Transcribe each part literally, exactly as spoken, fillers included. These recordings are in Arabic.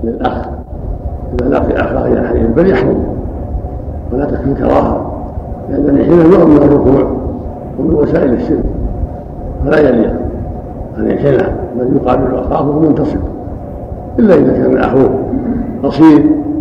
للأخ إذا لقي أخاه يحرم بل يحرم ولا تكفي كراهة، لأن الانحناء نوع من الركوع ومن وسائل الشرك، فلا يليق أن ينحنى بل يقابل أخاه وهو منتصب، إلا إذا كان أخوه قصير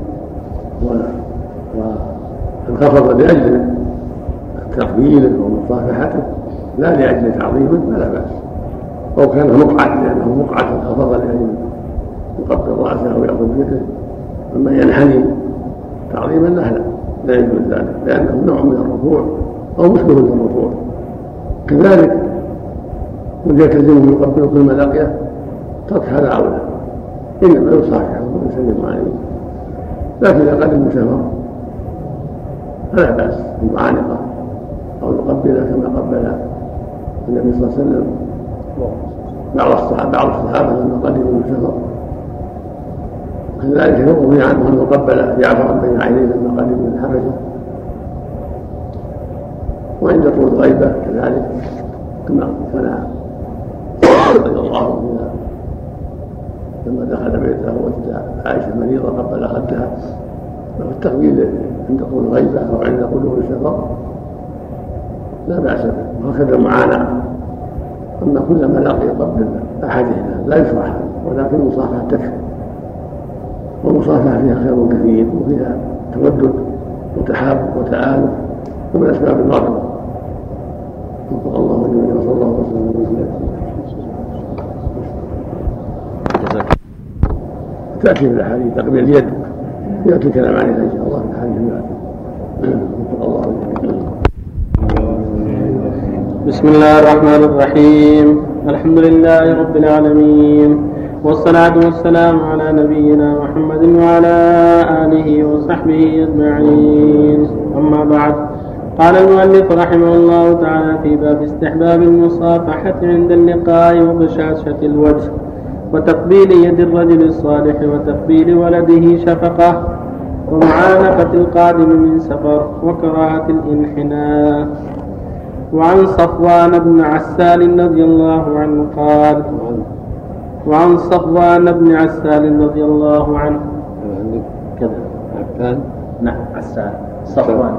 وانخفض لأجل تقبيله ومصافحته لا لأجل تعظيمه فلا بأس، أو كان مقعد لأنه مقعد انخفض لأجل يقبل رأسه أو يأخذ بيده، أما ينحني تعظيما له لا لا يجوز ذلك، لأنه نوع من الركوع أو مشبه بالركوع. كذلك من يلتزمه يقبل كل ما لقيه ترك هذا أولى، إنما يصافحه ويسلم عليه، لكن إذا قدم سفر فلا بأس أن يعانقه أو يقبله كما قبل النبي صلى الله عليه وسلم بعض الصحابة بعض الصحابة لما قدموا من سفر، كذلك يروي عنه أنه قبل جعفر بين عينيه لما قدم من الحبشة. وعند طول الغيبة كذلك كما صنع رضي الله عنه لما دخل بيته ووجد عائشة مريضة قبل خدها، والتقبيل عند طول الغيبة أو عند قدوم السفر لا بأس به، وهكذا المعاناة. أما كلما لقي قبل أحدهما لا يشرح، ولكن المصافحة تكفي، والمصافحة فيها خير كثير وفيها تودد وتحاب وتآلف ومن أسباب المغفرة. وفق الله وجل وصلى الله وسلم. تأتي في الأحاديث تقبيل اليد، يأتي الكلام عليها إن شاء الله في الحديث المآتي. وفق الله وجل. بسم الله الرحمن الرحيم. الحمد لله رب العالمين، والصلاة والسلام على نبينا محمد وعلى آله وصحبه أجمعين. أما بعد، قال المؤلف رحمه الله تعالى في باب استحباب المصافحة عند اللقاء وبشاشة الوجه وتقبيل يد الرجل الصالح وتقبيل ولده شفقة ومعانقة القادم من سفر وكراهة الانحناء. وعن صفوان بن عسال رضي الله عنه قال وعن صفوان بن عسال رضي الله عنه كذا عسال نعم عسال صفوان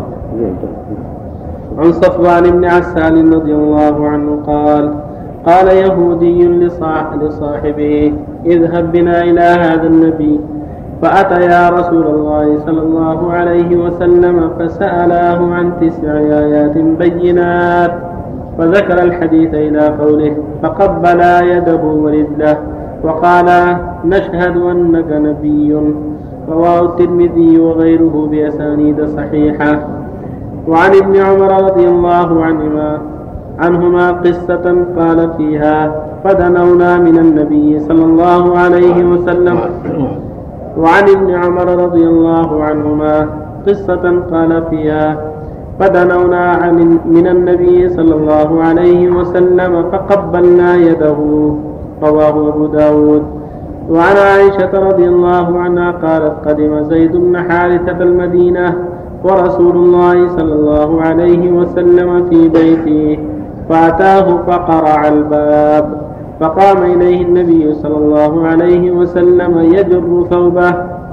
عن صفوان بن عسال رضي الله عنه قال قال يهودي لصاحبه اذهب بنا إلى هذا النبي، فأتيا رسول الله صلى الله عليه وسلم فسألاه عن تسع آيات بينات، فذكر الحديث إلى قوله فقبلا يده ورجله وقال نشهد أنك نبي، رواه الترمذي وغيره بأسانيد صحيحة. وعن ابن عمر رضي الله عنهما عنهما قصة قال فيها فدنونا من النبي صلى الله عليه وسلم. وعن ابن عمر رضي الله عنهما قصة قال فيها فدنونا عن من النبي صلى الله عليه وسلم فقبلنا يده، رواه أبو داود. وعن عائشة رضي الله عنها قالت قدم زيد بن حارثة المدينة ورسول الله صلى الله عليه وسلم في بيته، فأتاه فقرع الباب، فقام إليه النبي صلى الله عليه وسلم يجر ثوبه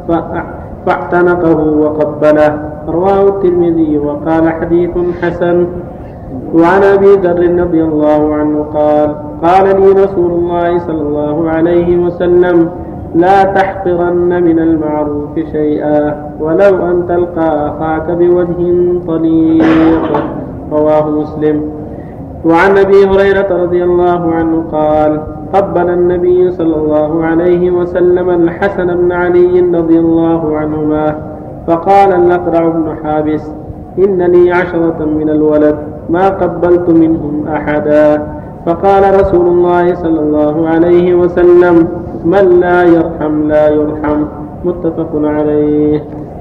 فاعتنقه وقبله، رواه الترمذي وقال حديث حسن. وعن أبي ذر رضي الله عنه قال قال لي رسول الله صلى الله عليه وسلم لا تحقرن من المعروف شيئا ولو أن تلقى أخاك بوجه طليق، رواه مسلم. وعن أبي هريرة رضي الله عنه قال قبل النبي صلى الله عليه وسلم الحسن بن علي رضي الله عنهما، فقال الأقرع بن حابس إن لي عشرة من الولد ما قبلت منهم أحدا، فقال رسول الله صلى الله عليه وسلم من لا يرحم لا يرحم، متفق عليه.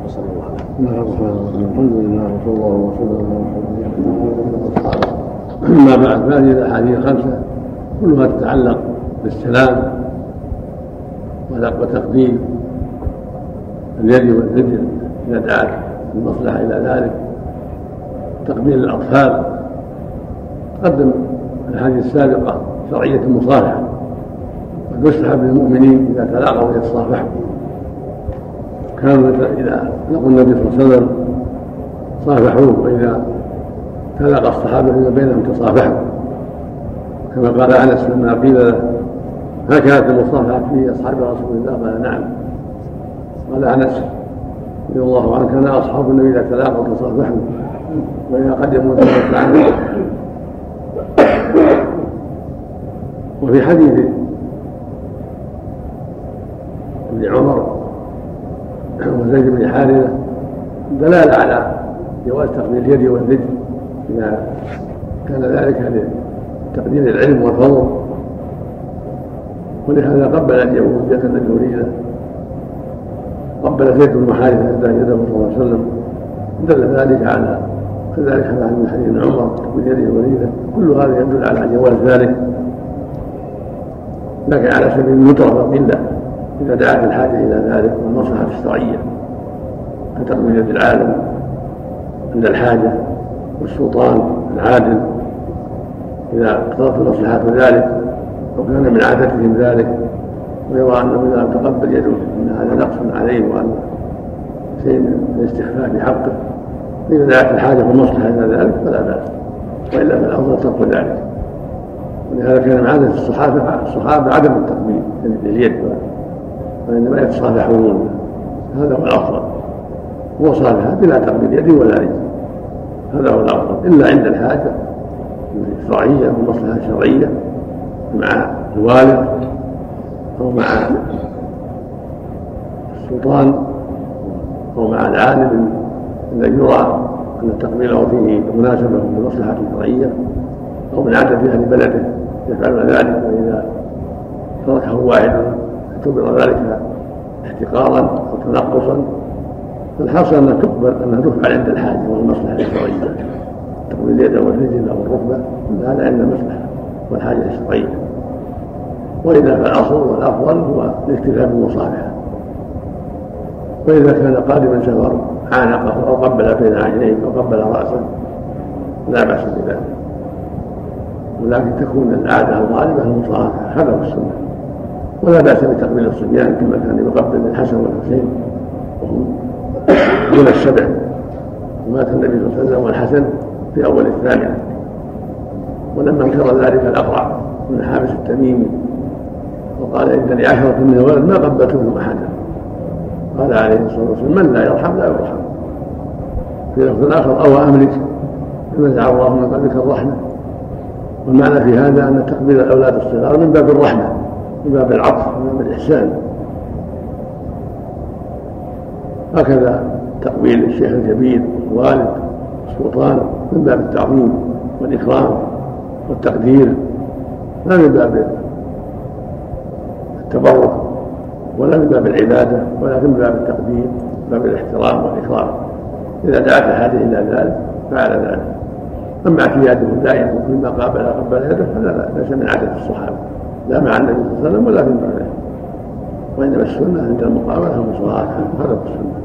الحمد لله وصلى الله وسلم على أما بعد، فهذه الأحاديث الخمسة كلها تتعلق بالسلام وتقبيل اليد والرجل إذا دعت المصلحة إلى ذلك، تقبيل الأطفال. تقدم الأحاديث السابقة شرعية المصالحة، ويستحب للمؤمنين إذا تلاقوا يتصافحوا وكان إذا لقوا النبي صلى الله عليه وسلم صافحوه، وإذا تلاقى الصحابة فيما بينهم تصافحوا، كما قال أنس لما قيل له هل كانت المصافحة في أصحاب رسول الله؟ قال نعم. قال أنس رضي الله عنه كان أصحاب النبي إذا تلاقوا تصافحوا وإذا قدموا تلاقوا. وفي حديث ابن عمر وزيد بن حارثة دلالة على جواز تقبيل اليد والرجل إذا كان ذلك لتقدير العلم والفضل، ولهذا قبل اليهود يد النبي وريده، قبل زيد بن حارثة يده صلى الله عليه وسلم، دل ذلك على كذلك عن حديث ابن عمر تقبيل يده وريده، كل هذا يدل على جواز ذلك، لكن على سبيل المطلق إلا إذا دعت الحاجة إلى ذلك والمصلحة الشرعية كتقبيل يد العالم عند الحاجة والسلطان العادل إذا اقتضت المصلحة ذلك أو كان من عادتهم ذلك ويرى أنه إذا لم تقبل يده أن هذا نقص عليه وأن شيء من الاستخفاف بحقه، فإذا دعت الحاجة والمصلحة إلى ذلك فلا بأس، وإلا فالأفضل ترك ذلك. ولهذا كان من عادة الصحابة الصحابة عدم التقبيل لليد، وإنما يتصافحون، هذا هو الأفضل، وصالحة بلا تقبيل يد ولا رجل، هذا هو الأفضل، إلا عند الحاجة الشرعية والمصلحة الشرعية مع الوالد أو مع السلطان أو مع العالم الذي يرى أن التقبيل فيه مناسبة للمصلحة الشرعية أو من عادة أهل بلده يفعلون ذلك، وإذا تركه واحد اعتبر ذلك احتقارا أو تنقصا، فالحاصل أنها تقبل أنها تفعل عند الحاجة والمصلحة الشرعية، تقبيل اليد والرجل أو الركبة هذا عند المصلحة والحاجة الشرعية، وإذا فالأصل والأفضل هو الاكتفاء بالمصافحة. وإذا كان قادما سفر عانقه أو قبل بين عينيه أو قبل رأسه لا بأس بذلك، ولكن تكون العادة الغالبة المصافحة، هذا هو السنة، ولا بأس بتقبيل الصبيان كما كان يقبل الحسن والحسين وهم دون السبع، ومات النبي صلى الله عليه وسلم والحسن في أول الثامنة، ولما انكر ذلك الأقرع بن حابس التميمي وقال إنني عشرة من الولد ما قبلتهم أحدا، قال عليه الصلاة والسلام من لا يرحم لا يرحم. في لفظ آخر أو أملك فنزع الله من قلبك الرحمة، والمعنى في هذا أن تقبيل الأولاد الصغار من باب الرحمة، من باب العطف، من باب الإحسان. هكذا تقبيل الشيخ الكبير والوالد السلطان من باب التعظيم والإكرام والتقدير، لا من باب التبرك ولا من باب العبادة، ولكن من باب التقدير، من باب الاحترام والإكرام. إذا دعت الحاجة إلى ذلك فعل ذلك. أما اعتياده دائما كلما قابل قبل يده فلا ليس من عادة الصحابة، لا مع النبي صلى الله عليه وسلم ولا في بعده، وإنما السنة عند المقابلة والمصافحة، هذا هو السنة.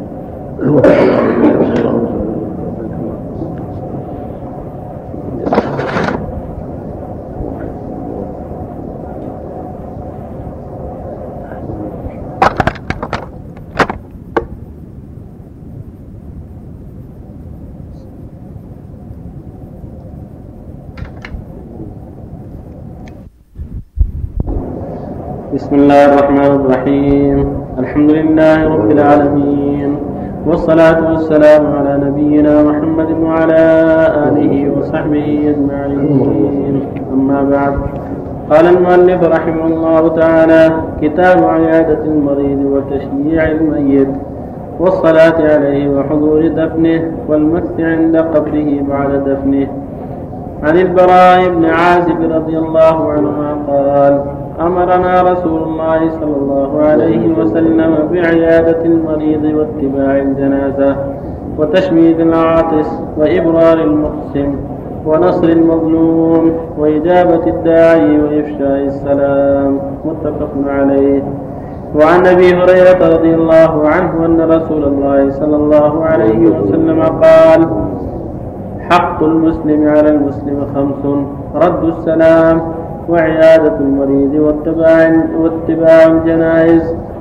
بسم الله الرحمن الرحيم. الحمد لله رب العالمين، والصلاة والسلام على نبينا محمد وعلى آله وصحبه أجمعين. أما بعد، قال المؤلف رحمه الله تعالى: كتاب عيادة المريض وتشييع الميت والصلاة عليه وحضور دفنه والمكث عند قبره بعد دفنه. عن البراء بن عازب رضي الله عنهما قال: أمرنا رسول الله صلى الله عليه وسلم بعيادة المريض واتباع الجنازة وتشميد العاطس وإبرار المقسم ونصر المظلوم وإجابة الداعي وإفشاء السلام. متفق عليه. وعن أبي هريرة رضي الله عنه أن رسول الله صلى الله عليه وسلم قال: حق المسلم على المسلم خمس: رد السلام وعيادة المريض واتباع, واتباع الجنائز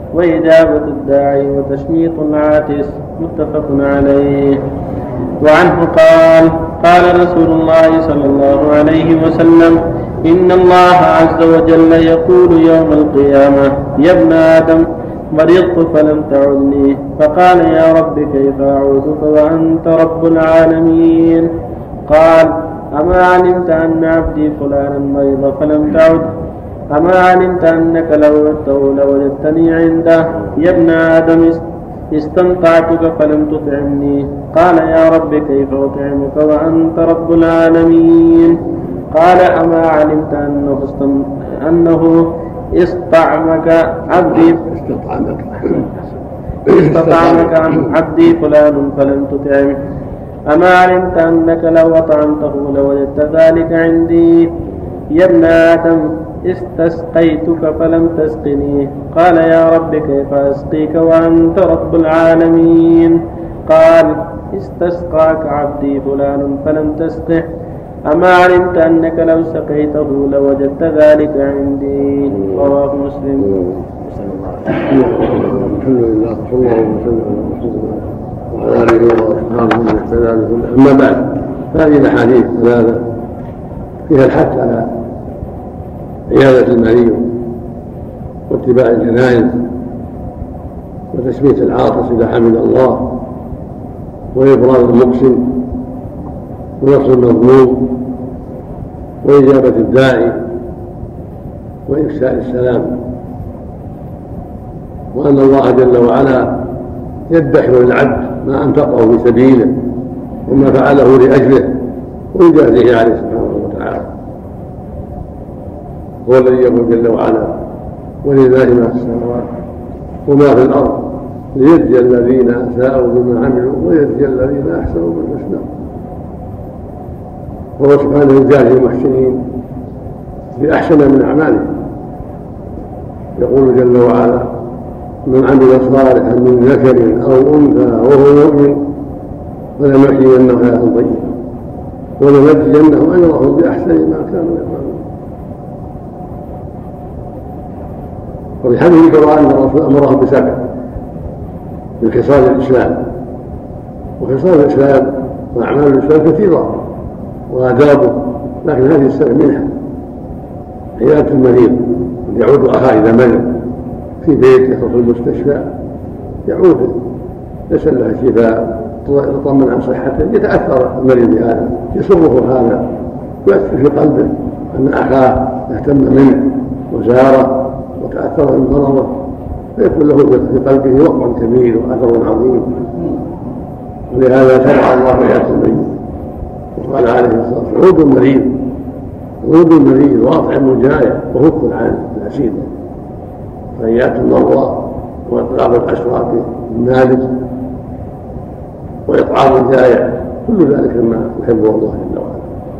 وإجابة الداعي وتشميط العاتس. متفق عليه. وعنه قال قال رسول الله صلى الله عليه وسلم إن الله عز وجل يقول يوم القيامة يا ابن آدم مرضت فلم تعدني، فقال يا رب كيف أعوذك وأنت رب العالمين؟ قال أما علمت أن عبدي فلانا مرض فلم تعد؟ أما علمت أنك لو عدته لوجدتني عنده؟ يا ابن آدم استمتعتك فلم تطعمني. قال يا رب كيف أطعمك وأنت رب العالمين؟ قال أما علمت أنه, استم... أنه استطعمك عبدي استطعمك عبدي فلان فلم تطعمه؟ أما علمت أنك لو أطعمته لوجدت ذلك عندي؟ يا ابن آدم استسقيتك فلم تسقني. قال يا رب كيف أسقيك وأنت رب العالمين؟ قال استسقاك عبدي فلان فلم تسقه. أما علمت أنك لو سقيته لوجدت ذلك عندي؟ رواه مسلم. الحمد لله صلى الله وسلم وعلى آله وأصحابه ومن اهتدى بهداه. أما بعد، هذه الأحاديث ثلاثة فيها الحث على عيادة المريض واتباع الجنائز وتشميت العاطس إذا حمد الله وإبرار المقسم ونصر المظلوم وإجابة الداعي وإفشاء السلام، وأن الله جل وعلا يدخر للعبد ما أنفقه في سبيله وما فعله لأجله ويجازيه عليه سبحانه وتعالى. هو الذي يقول جل وعلا ولله ما في السماوات وما في الأرض ليجزي الذين أساءوا بما عملوا ويجزي الذين أحسنوا بالحسنى. وهو سبحانه يجازي المحسنين بأحسن من أعمالهم. يقول جل وعلا من عمل صالحا من ذكر أو أنثى وهو مؤمن فلنحيينه حياة طيبة ولنجزينهم أجرهم بأحسن ما كانوا يعملون. وفي حديث القرآن أن الرسول أمره بسبع من خصال الإسلام، وخصال الإسلام وأعمال الإسلام كثيرة وآدابه، لكن هذه السبع منها عيادة المريض يعود أخاه إذا مرض في بيته أو في المستشفى، يعود يسأل له الشفاء يطمن عن صحته، يتأثر المريض بهذا، يسره هذا، يؤثر في قلبه أن أخاه اهتم منه وزاره وتأثر من مرضه، فيكون له في قلبه وقع كبير وأثر عظيم. ولهذا شرع الله عيادة المريض وقال عليه الصلاة والسلام عودوا المريض عودوا المريض وأطعموا الجائع وفكوا عن الأسير. فعيادة المرضى وإطعام الأسرى بالمال وإطعام الجائع كل ذلك مما يحبه الله جل وعلا.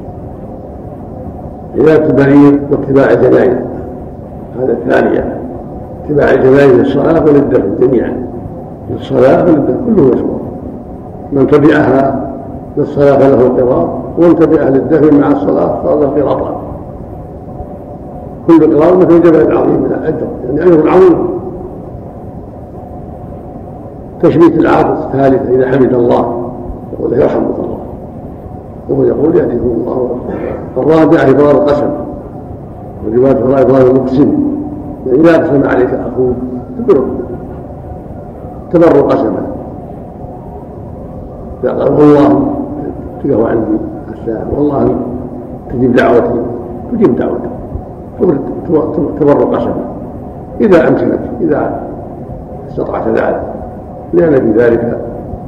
عيادة المريض واتباع الجنائز هذا الثانية، اتباع الجنائز للصلاة وللدفن جميعا، للصلاة وللدفن كله يسمع. من تبعها للصلاة فله قراط، ومن تبعها للدفن مع الصلاة فهو له قراطان، كل قراط مثل جبل عظيم من الأجر، يعني أجر عظيم. تشميت العاطس الثالثة إذا حمد الله يقول له يرحمك الله، وهو يقول يهديكم الله. الرابعة إبرار القسم، ورواية إبرار المقسم، يعني إذا أقسم عليك أخوك تبر تبر قسمه، إذا قال والله تقوى عندي الساعة والله تجيب دعوتي تجيب دعوتي تبر قسمه إذا أمكنك إذا استطعت ذلك، لأن في ذلك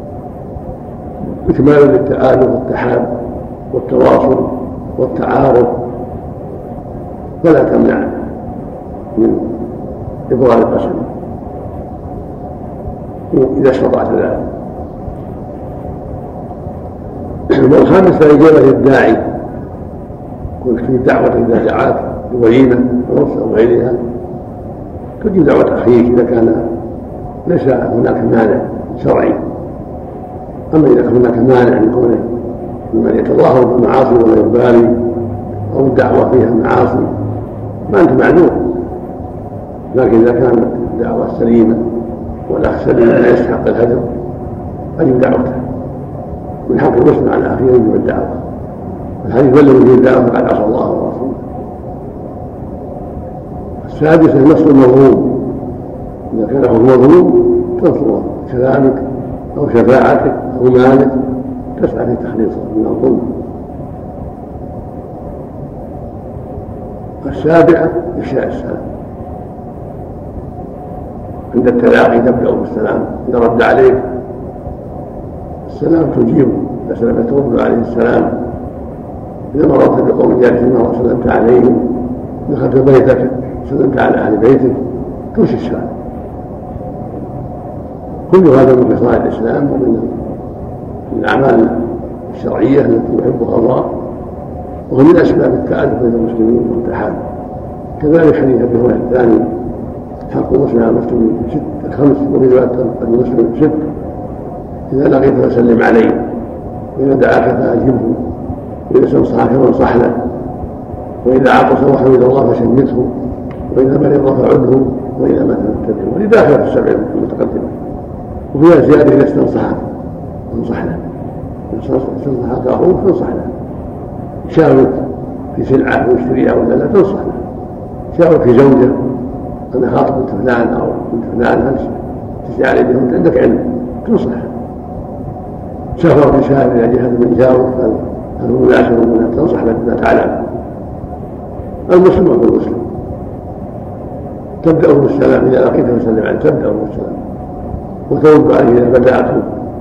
إكمال للتآلف والتحاب والتواصل والتعارف، فلا تمنع من إبرار القسم إذا استطعت ذلك. والخامسة إجابة الداعي، كنت في دعوة إذا دعاك بوليمة عرس أو غيرها تجيب دعوة أخيك إذا كان ليس هناك مانع شرعي. أما إذا كان هناك مانع من كونه ممن يتظاهر بالمعاصي ولا يبالي أو الدعوة فيها معاصي ما أنت معلوم، لكن إذا كان الدعوة السليمة والأخ سليم لا يستحق الهجر أجب دعوته. من حق المسلم على أخيه يجب الدعوة. الحديث بلغ به الدعوة فقد عصى الله ورسوله. السادسة نصر المظلوم، إذا كان هو مظلوم تنصره بكلامك أو شفاعتك أو مالك، تسعى في تخليصه من الظلم. السابعة إفشاء السلام، عند التلاقي تبدأ بالسلام، إذا رد عليك السلام تجيبه، إذا سلم ترد عليه السلام. إذا مررت بقوم جالسين وسلمت عليهم، دخلت بيتك سلمت على أهل بيتك، تمشي السلام. كل هذا من خصال الإسلام ومن الأعمال الشرعية التي يحبها الله، وهو من أسباب التألف بين المسلمين والتحالف. كذلك حديث أبي هريرة الثاني حق المسلم على المسلمين ست الخمس، وفي رواية المسلم ست: إذا لقيت فسلم عليه، وإذا دعاك فأجبه، وإذا استنصحك فانصح له، وإذا عطس وحمد الله فشمته، وإذا مرض فعده، وإذا مات فاتبعه. ولذا داخل في السبع المتقدمة. وفيها زيادة: إذا استنصحك فانصح له، استنصحك أخوك فانصح له. شاورك في سلعة واشتريها ولا لا تنصح له. شاورك في زوجة: أنا خاطب بنت فلان أو بنت فلان هل تشتري علي بهم عندك علم، تنصح له. سافر في شهر إلى جهة من جاور هل هو مناسب منها، تنصح له بما تعلم. المسلم أخو المسلم، تبدأ بالسلام، إذا لقيته فسلم عليه تبدأ بالسلام، وترد عليه إذا بدأته.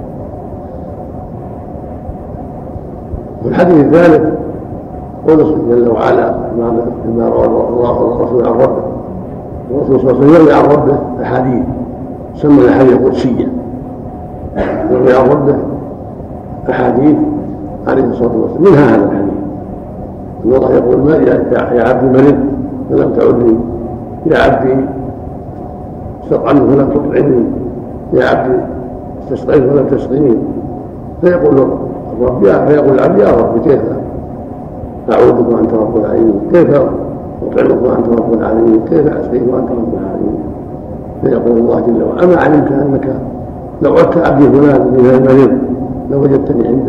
والحديث الثالث قول جل وعلا فيما روى الله والرسول عن ربه. الرسول صلى الله عليه وسلم يروي عن ربه أحاديث سمى الأحاديث القدسية، يروي عن ربه أحاديث عليه الصلاة والسلام، منها هذا الحديث أن الله يقول: ما يا عبدي مرض فلم تعدني، يا عبدي استطعمت فلم تطعمني، يا عبدي استسقيت فلم تسقني. فيقول الرب يا فيقول العبد: يا رب كيف أعوذك وأنت رب العالمين، كيف أطعمك وأنت رب العالمين، كيف أسقيك وأنت رب العالمين. فيقول الله جل وعلا: أما علمت أنك لو عدت عبدي فلان من المريض لوجدتني عنده.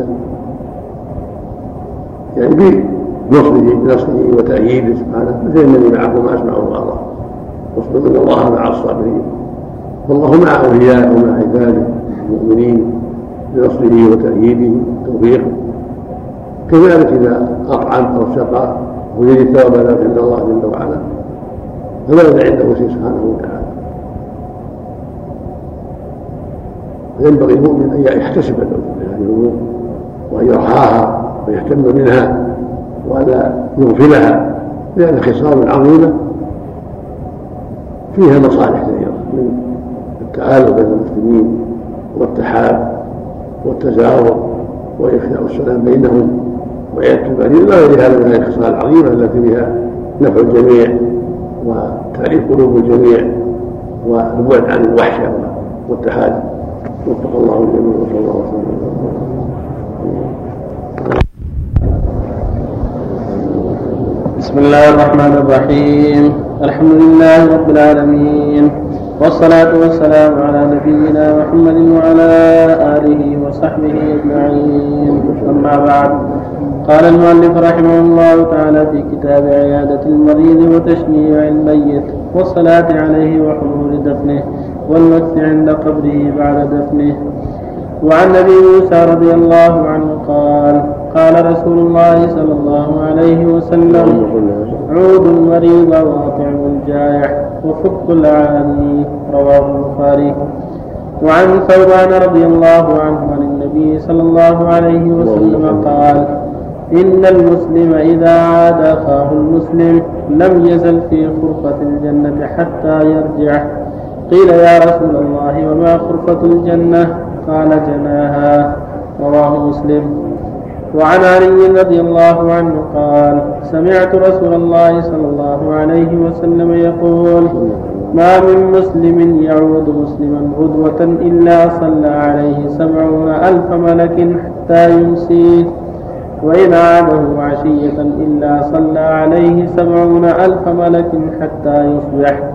يعني بنصره بنصره وتأييده سبحانه، مثل إنني معكم ما أسمع وأرى، واصبر إن الله مع الصابرين. والله مع أوليائه ومع عباده المؤمنين بنصره وتأييده وتوفيقه. كذلك إذا أطعم أو سقى ويجد ثواب ذلك عند الله جل وعلا فماذا عنده شيء سبحانه وتعالى. فينبغي المؤمن أن يحتسب هذه الأمور وأن يرعاها ويهتم منها ولا يغفلها، لأن خصال عظيمة فيها مصالح كثيرة من التآلف بين المسلمين والتحاب والتزاور وإفشاء السلام بينهم وعيادة المريض إلى غير هذا من الخصال العظيمة التي بها نفع الجميع وتأليف قلوب الجميع والبعد عن الوحشة والتحالف. وفق الله الجميع وصلى الله وسلم. بسم الله الرحمن الرحيم. الحمد لله رب العالمين، والصلاة والسلام على نبينا محمد وعلى آله وصحبه أجمعين. أما بعد، قال المؤلف رحمه الله تعالى في كتاب عيادة المريض وتشنيع الميت والصلاة عليه وحضور دفنه والمكث عند قبره بعد دفنه. وعن ابي موسى رضي الله عنه قال: قال رسول الله صلى الله عليه وسلم: عودوا المريض واطعموا الجائع وفكوا العاني. رواه البخاري. وعن ثوبان رضي الله عنه عن النبي صلى الله عليه وسلم قال: إن المسلم إذا عاد أخاه المسلم لم يزل في خرفة الجنة حتى يرجع. قيل: يا رسول الله وما خرفة الجنة؟ قال: جناها. رواه مسلم. وعن علي رضي الله عنه قال: سمعت رسول الله صلى الله عليه وسلم يقول: ما من مسلم يعود مسلما غدوة إلا صلى عليه سبعون ألف ملك حتى يمسيه، وإن عاده عشية إلا صلى عليه سبعون ألف ملك حتى يصبح.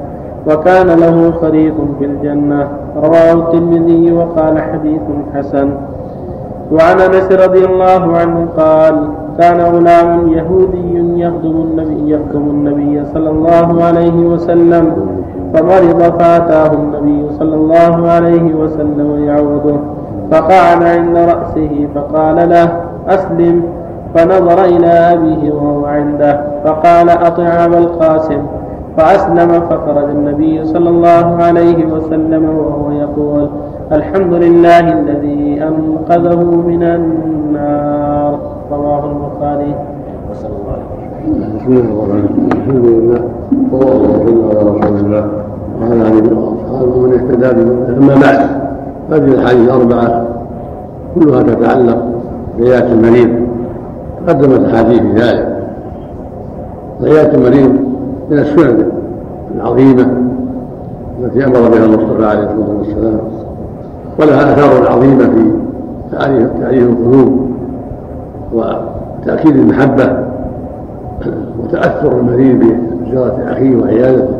وكان له خريط في الجنة. رواه الترمذي وقال حديث حسن. وعن أنس رضي الله عنه قال كان غلام يهودي يخدم النبي, يخدم النبي صلى الله عليه وسلم فمرض فأتاه النبي صلى الله عليه وسلم يعوده فقعد عند رأسه فقال له أسلم. فنظر إلى أبيه وهو عنده فقال أطع أبا القاسم فأسلم. فخرج النبي صلى الله عليه وسلم وهو يقول الحمد لله الذي أنقذه من النار. رواه البخاري. وصلى الله عليه وسلم. بسم الله الرحمن الرحيم. الحمد لله والصلاة على رسول الله وعلى آله وأصحابه ومن اهتدى بهداه. أما بعد، هذه الأحاديث الأربعة كلها تتعلق بعيادة المريض، تقدمت أحاديث في ذلك. عيادة المريض من السنن العظيمة التي أمر بها المصطفى عليه الصلاة والسلام، ولها آثار عظيمة في تعريف القلوب وتأكيد المحبة وتأثر المريض بزيارة أخيه وعيادته.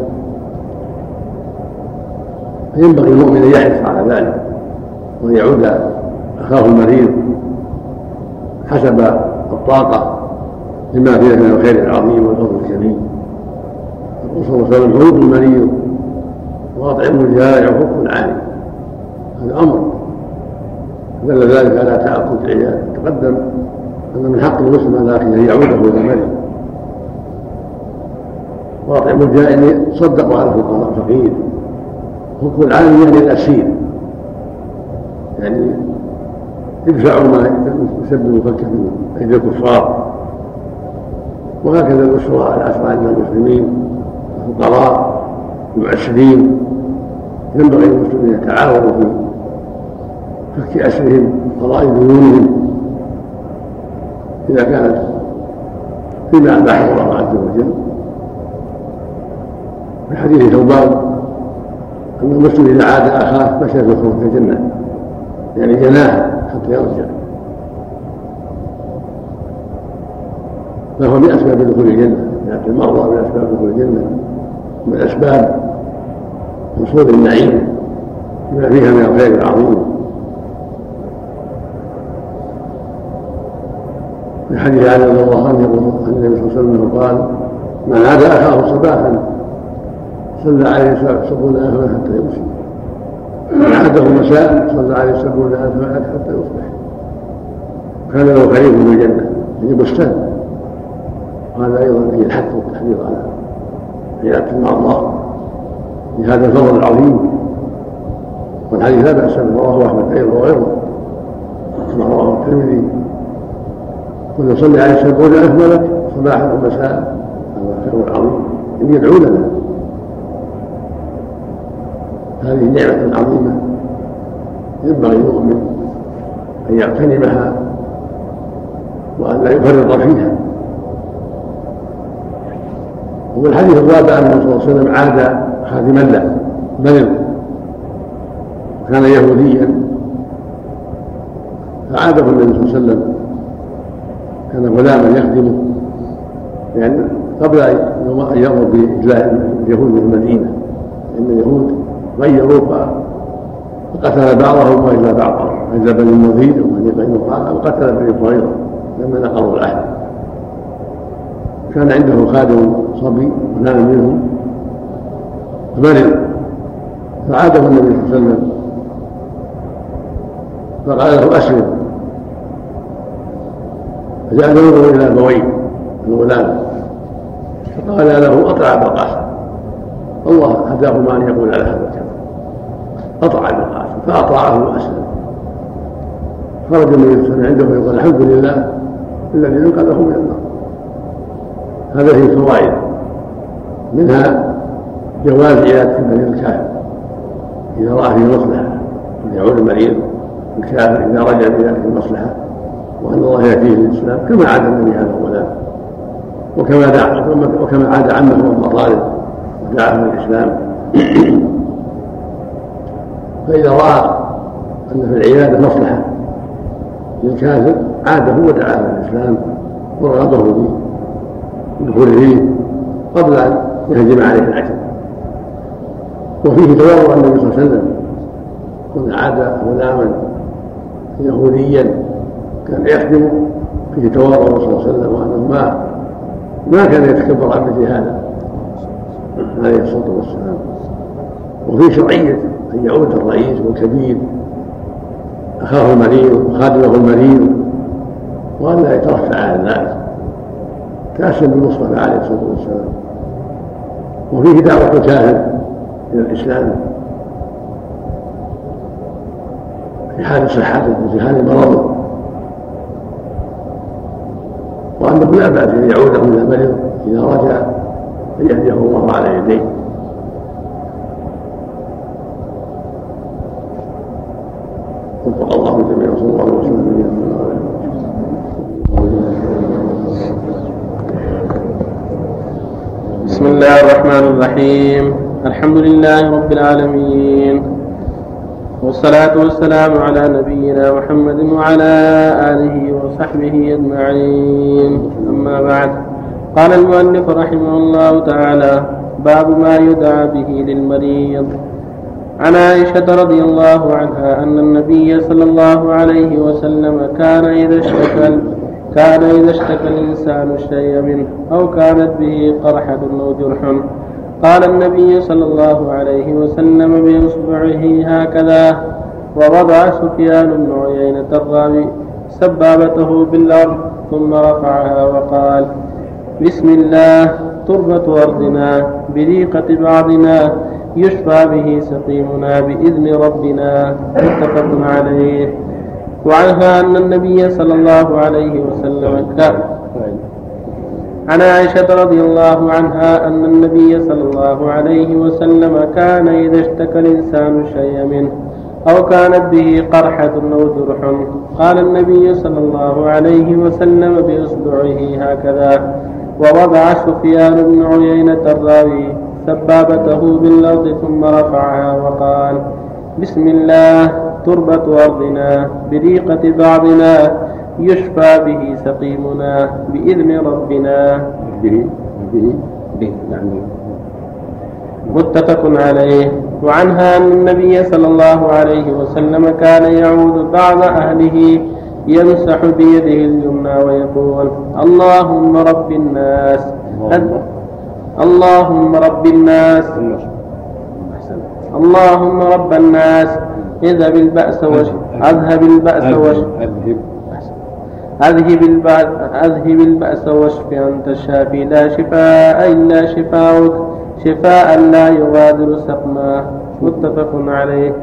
فينبغي المؤمن أن يحرص على ذلك وأن يعود أخاه المريض حسب الطاقة لما فيه من الخير العظيم والفضل الكبير. الرسول صلى الله عليه وسلم عود المريض وأطعمه الجائع وحق عالي، هذا أمر دل ذلك على تأكد العيادة. تقدم أن من حق المسلم على أخيه أن يعوده إلى مريض. وأطعمه الجائع صدقوا على الفقير. حق العالي يعني الأسير، يعني يدفع ما يسبب مفكك من أيدي الكفار. وهكذا الأسرى الأسرى من المسلمين الفقراء المعسرين ينبغي للمسلمين يتعاونوا في فك أسرهم وقضاء ديونهم إذا كانت فيما أباحه الله عز وجل. في حديث ثوبان أن المسلم إذا عاد أخاه مشى في خروج الجنة، يعني جناه حتى يرجع، فهو من أسباب دخول الجنة. لكن المرضى من أسباب دخول الجنة، من أسباب حصول النعيم بما فيها من الخير العظيم. في حديث علي رضي الله عنه يقول عن النبي صلى الله عليه وسلم قال من عاد أخاه صباحا صلى عليه سبعون ألفا حتى يمسي، من عاده مساء صلى عليه سبعون ألفا حتى يصبح، كان له خليل من الجنة يعني بستان. وهذا أيضا فيه الحث والتحريض على عيادة المرضى لهذا الفضل العظيم. والحديث لا بأس به، رواه أحمد أيضا وغيره، كما رواه الترمذي كل صلي عليه سبعون ألف ملك صباحا ومساء، هذا خير عظيم إن يدعو لنا. هذه نعمة عظيمة ينبغي المؤمن أن يغتنمها وأن لا يفرط فيها. وفي الحديث الرابع أنه صلى الله عليه وسلم عاد خادما له مرض وكان يهوديا فعاده النبي صلى الله عليه وسلم. كان غلاما يخدمه، لأن قبل أن يمر بإجلاء اليهود من المدينة، لأن اليهود غيروا فقتل بعضهم وإلا بعضهم، إلا بني النضير وبني قينقاع وقتل بني قريظة لما نقضوا العهد. كان عنده خادم صبي ونام منهم فمرض فعاده النبي صلى الله عليه وسلم فقال له أسلم، فجعل ينظر إلى أبويه الغلام فقال له أطع أبا القاسم، الله هداهما أن يقول على هذا الكلام، أطع أبا القاسم فأطاعه وأسلم. خرج النبي صلى الله عليه وسلم عنده ويقول الحمد لله الذي انقذه من النار. هذا فيه فوائد، منها جواز عيادة المريض الكافر إذا رأى فيه مصلحة، أن يعود المريض الكافر إذا رجع بذلك المصلحة، وأن الله يهديه للإسلام كما عاد النبي هذا الغلام، وكما دعا وكما عاد عمه أبا طالب ودعاه للإسلام. فإذا رأى أن في العيادة مصلحة للكافر عاده ودعاه للإسلام ورغبه في دخول فيه قبل أن يهجم عليه العجل. وفيه تواضع النبي صلى الله عليه وسلم، كن عاد غلاما يهوديا كان يخدم، فيه تواضع صلى الله عليه وسلم وانه ما ما كان يتكبر عن مثل هذا عليه الصلاه والسلام. وفيه شرعيه ان يعود الرئيس والكبير اخاه المريض وخادمه المريض وان لا يترفع عن ذلك تاسا بالمصطفى عليه الصلاه والسلام. وفيه دعوه الكافر الى الاسلام في حال صحته وفي حال مرضه، وأنه لا بأس أن يعوده إلى مرض إذا رجع أن يهديه الله على يديه. وفق الله جميعا صلى الله عليه وسلم. بسم الله الرحمن الرحيم. الحمد لله رب العالمين، والصلاة والسلام على نبينا محمد وعلى آله وصحبه أجمعين. أما بعد، قال المؤلف رحمه الله تعالى: باب ما يدعى به للمريض. عن عائشة رضي الله عنها أن النبي صلى الله عليه وسلم كان إذا اشتكى كان إذا اشتكى الإنسان شيئا منه أو كانت به قرحة أو جرح قال النبي صلى الله عليه وسلم بإصبعه هكذا، ووضع سفيان بن عيينة الراوي سبابته بالأرض ثم رفعها وقال: بسم الله، تربة أرضنا، بريقة بعضنا، يشفى به سقيمنا بإذن ربنا. متفق عليه. وعنها أن النبي صلى الله عليه وسلم كان عن عائشة رضي الله عنها أن النبي صلى الله عليه وسلم كان إذا اشتكى الإنسان شيئا منه أو كانت به قرحة أو جرح قال النبي صلى الله عليه وسلم بإصبعه هكذا، ووضع سفيان بن عيينة الراوي سبابته بالأرض ثم رفعها وقال: بسم الله، تربة أرضنا، بريقة بعضنا، يشفى به سقيمنا بإذن ربنا. به به به يعني متفق عليه. وعنها أن النبي صلى الله عليه وسلم كان يعود بعض أهله يمسح بيده اليمنى ويقول: اللهم رب الناس اللهم رب الناس اللهم رب الناس اذهب البأس واشف اذهب البأس واشف أذهب البأس أذهب البأس واشف أنت الشافي لا شفاء إلا شفاؤك شفاء لا يغادر سقما. متفق عليه.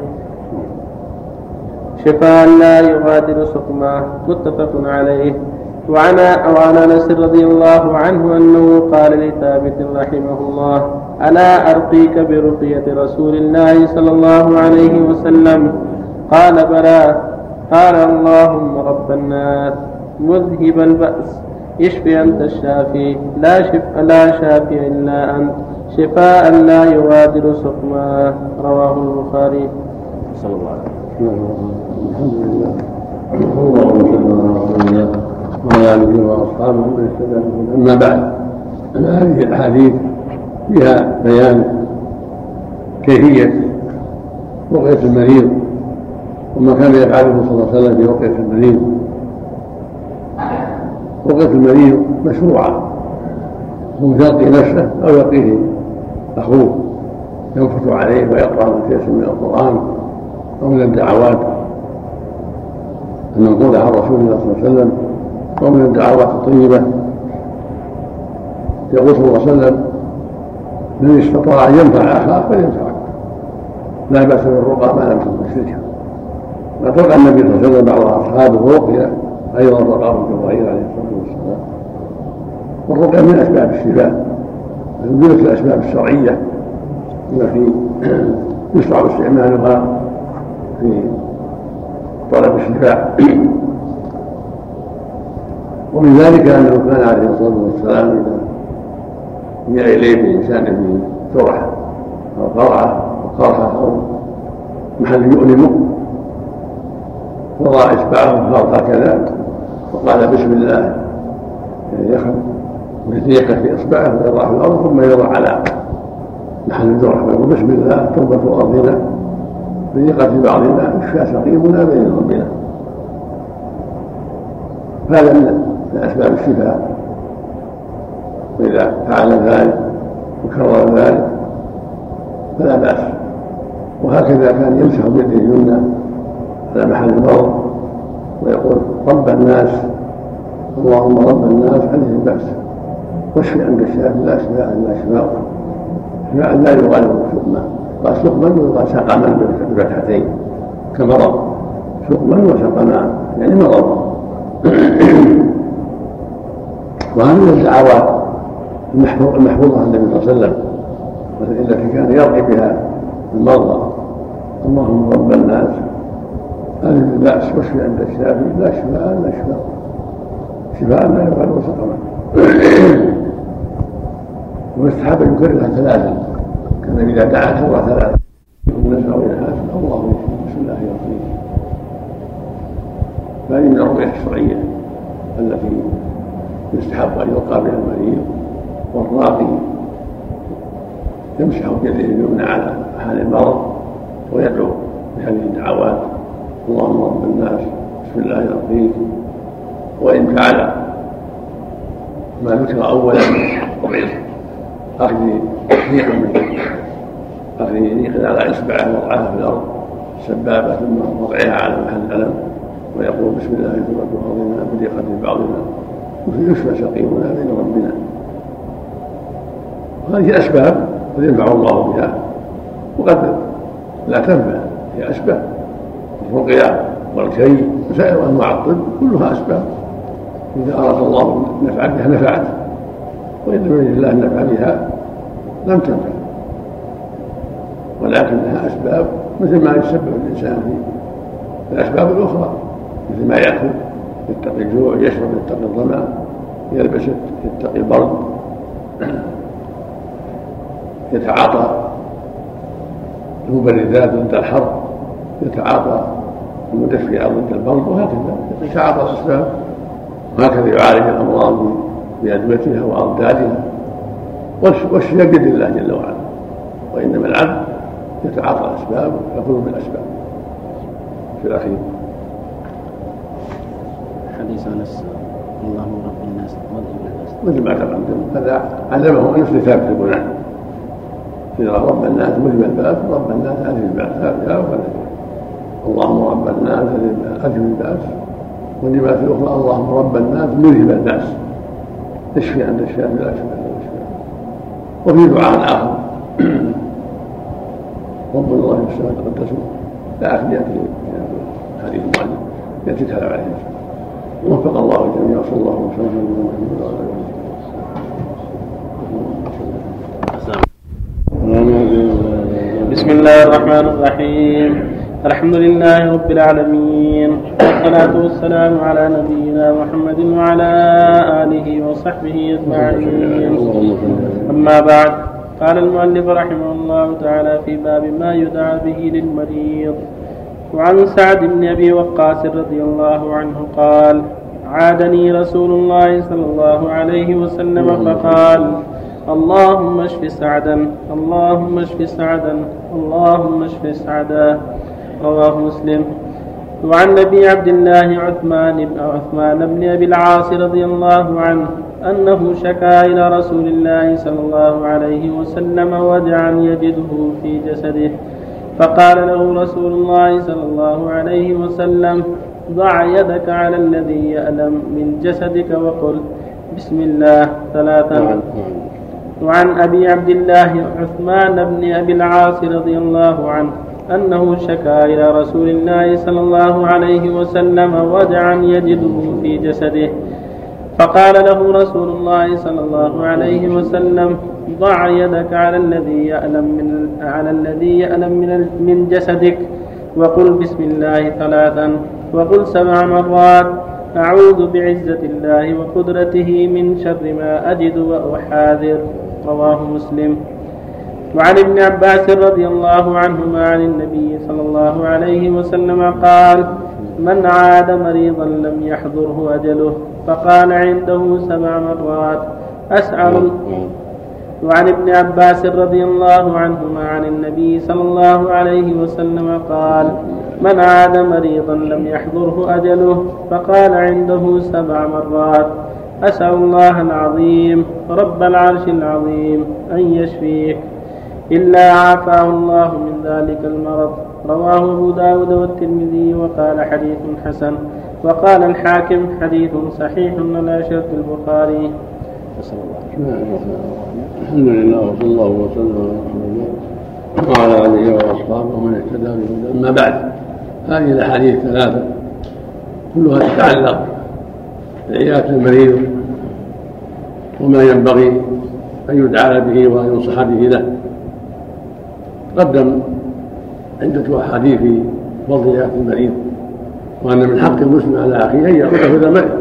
شفاء لا يغادر سقما. متفق عليه. وعن أنس رضي الله عنه أنه قال لثابت رحمه الله: ألا أرقيك برقية رسول الله صلى الله عليه وسلم؟ قال: بلى. قال: اللهم رب الناس مذهب البأس اشف أنت الشافي لا شفاء لا شافي إلا أنت شفاء لا يغادر سقما. رواه البخاري. صلى الله عليه وسلم. الحمد لله. اللهم صل على محمد وعلى آله وأصحابه من اهتدى بهداه. أما بعد، هذه الأحاديث فيها بيان كيفية رقية المريض وما كان يفعله صلى الله عليه وسلم في رقية المريض. رقية المريض مشروعة، هو يلقي نفسه أو يلقيه أخوه ينفث عليه ويقرأ ما تيسر من القرآن أو من الدعوات المنقولة عن رسول الله صلى الله عليه وسلم ومن الدعوات الطيبة. يقول صلى الله عليه وسلم: من استطاع أن ينفع أخاه فلينفعه، لا بأس بالرقى ما لم تكن شركا. وترك النبي صلى الله عليه وسلم بعض أصحابه رقية أيضا رقاه جبرائيل عليه الصلاة والسلام. والرقية من أسباب الشفاء، من جملة الأسباب الشرعية التي يشرع استعمالها في طلب الشفاء. ومن ذلك أنه كان عليه الصلاة والسلام إذا جاء إليه بإنسان به جرح أو قرعة أو قرحة أو محل يؤلمه وضع إصبعه فوق هكذا وقال: بسم الله، يخل ويتيقظ في إصبعه ويضع في الأرض ثم يضع على محل الرحمة يقول بسم الله توبة أرضنا بثقة بعضنا اشفى سقيمنا بين ربنا. هذا من أسباب الشفاء، وإذا فعل ذلك وكرر ذلك فلا بأس. وهكذا كان يمسح بيده اليمنى على محل المرض ويقول رب الناس اللهم رب الناس عليه البأس واشفي عند الشافي لا شفاء الا شفاء، شفاء لا يغادر سقما. قال سقما ويقال سقما بفتحتين كمرض، سقما وسقما يعني مرض. وهذه الدعوات المحفوظة عن النبي صلى الله عليه وسلم التي كان يرقي بها المرضى اللهم رب الناس أذهب البأس واشفي عند الشافي لا شفاء الا شفاء، شفاء لا يغادر سقما. ويستحب ان يكررها ثلاثا، كان اذا دعا كرر ثلاثا الناس او ينهاس الله يشفي بسم الله يرقيه. فهذه من الرقية الشرعية التي يستحب ان يلقى بها المريض، والراقي يمسح بيده اليمنى على حال المرض ويدعو بهذه الدعوات اللهم رب الناس بسم الله يرقيك. وإن فعل ما ذكر أولا أخذ ريق من أخذ ريق على إصبعه وضعها في الأرض سبابة ثم وضعها على محل الألم ويقول بسم الله توبة أرضنا بثقة بعضنا ويشفى سقيمنا بين ربنا. هذه أسباب قد ينفع الله بها وقد لا تنفع، هي أسباب الرقية والكي وسائر أنواع الطب كلها أسباب، إذا أراد الله النفع بها نفعت، وإن لم يرد الله النفع بها لم تنفع، ولكنها أسباب مثل ما يسبب الإنسان في الأسباب الأخرى، مثل ما يأكل يتقي الجوع، يشرب يتقي الظمأ، يلبس يتقي البرد، يتعاطى المبردات ضد الحر، يتعاطى المدفئات ضد البرد، وهكذا يتعاطى الأسباب، وهكذا يعالج الأمراض بأدويتها وأضدادها، والشفاء بيد الله جل وعلا. وإنما العبد يتعاطى الأسباب ويأخذ بالأسباب. في الأخير حديث أنس اللهم رب الناس مثل ما تقدم، هذا علمه أنس لثابت البنان إذا رب الناس مذهب البأس رب الناس أذهب البأس، هذا اللهم رب الناس أذهب البأس، والرواية الأخرى اللهم رب الناس مذهب البأس اشفي عند الشافي لا شفاء الا شفاء. وفي دعاء آخر رب الله في السماء تقدسه لا أخذ يأتي حديث المؤلف يأتي كلام عليه وفق الله الجميع صلى الله عليه وسلم وعلى آله. بسم الله الرحمن الرحيم. الحمد لله رب العالمين، والصلاة والسلام على نبينا محمد وعلى آله وصحبه أجمعين. أما بعد، قال المؤلف رحمه الله تعالى في باب ما يدعى به للمريض. وعن سعد بن أبي وقاص رضي الله عنه قال: عادني رسول الله صلى الله عليه وسلم فقال: اللهم اشف سعدا، اللهم اشف سعدا، اللهم اشف سعدا. رواه مسلم. وعن ابي عبد الله عثمان بن عثمان بن ابي العاص رضي الله عنه انه شكا الى رسول الله صلى الله عليه وسلم وجعا يجده في جسده، فقال له رسول الله صلى الله عليه وسلم: ضع يدك على الذي يألم من جسدك وقل بسم الله ثلاثا. وعن ابي عبد الله عثمان بن ابي العاص رضي الله عنه أنه شكا إلى رسول الله صلى الله عليه وسلم وجعا يجده في جسده، فقال له رسول الله صلى الله عليه وسلم: ضع يدك على الذي يألم من على الذي يألم من من جسدك وقل بسم الله ثلاثا، وقل سبع مرات: أعوذ بعزة الله وقدرته من شر ما أجد وأحاذر. رواه مسلم. وعن ابن عباس رضي الله عنهما عن النبي صلى الله عليه وسلم قال: من عاد مريضا لم يحضره أجله فقال عنده سبع مرات: أسأل وعن ابن عباس رضي الله عنهما عن النبي صلى الله عليه وسلم قال: من عاد مريضا لم يحضره أجله فقال عنده سبع مرات: أسأل الله العظيم رب العرش العظيم أن يشفيك إلا عافاه الله من ذلك المرض. رواه أبو داود والترمذي وقال حديث حسن. وقال الحاكم حديث صحيح على شرط البخاري. الحمد لله وصلى الله وسلم على رسول الله وعلى آله وأصحابه ومن اهتدى بهداه. أما بعد، هذه الأحاديث ثلاثة كلها تتعلق بعيادة المريض وما ينبغي أن يدعى به وأن ينصح به له. قدم عدة أحاديث في فضل عيادة المريض، وأن من حق المسلم على أخيه أن يعوده إذا مرض،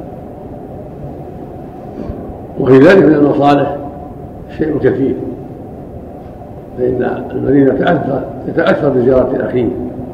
وفي ذلك من المصالح شيء كثير، فإن المريض يتأثر يتأثر بزيارة أخيه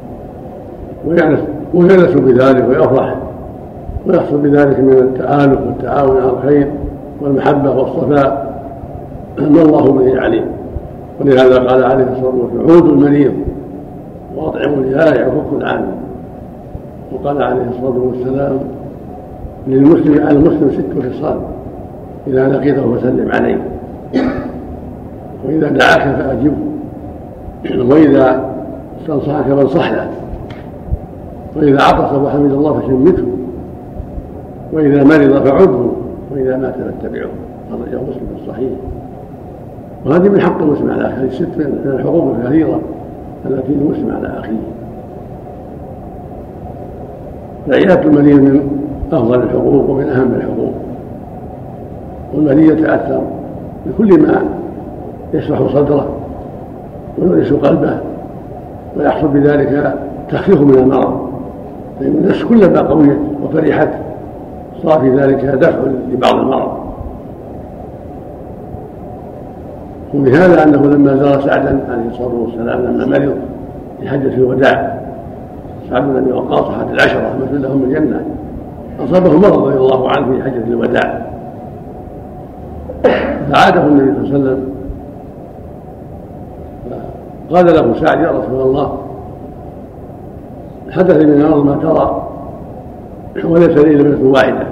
ويأنس بذلك ويفرح، ويحصل بذلك من التآلف والتعاون على الخير والمحبة والصفاء ما الله به عليه. ولهذا قال عليه الصلاة والسلام: عودوا المريض وأطعموا الجائع وفكوا العاني. وقال عليه الصلاة والسلام: للمسلم على المسلم ست خصال إذا لقيته فسلم عليه، وإذا دعاك فأجبه، وإذا استنصحك فانصح له، وإذا عطس وحمد الله فشمته، وإذا مرض فعده، وإذا مات فاتبعه. أخرجه مسلم في الصحيح. وهذه من حق المسلم على أخيه، الست من الحقوق الكثيرة التي للمسلم على أخيه. فعيادة المريض من أفضل الحقوق ومن أهم الحقوق، والمريض يتأثر بكل ما يشرح صدره ويونس قلبه، ويحصل بذلك تخفيف من المرض، فإن النفس كلما قويت وفرحت صار في ذلك دفع لبعض المرض. وبهذا أنه لما زار سعدا عليه الصلاة والسلام لما مرض في حجة الوداع، سعد بن أبي وقاص أحد العشرة مثل لهم الجنة، أصابه مرض رضي الله عنه في حجة الوداع، فعاده النبي صلى الله عليه وسلم قال له سعد: يا رسول الله، حدث من المرض ما ترى وليس لي الا ابنة واحدة،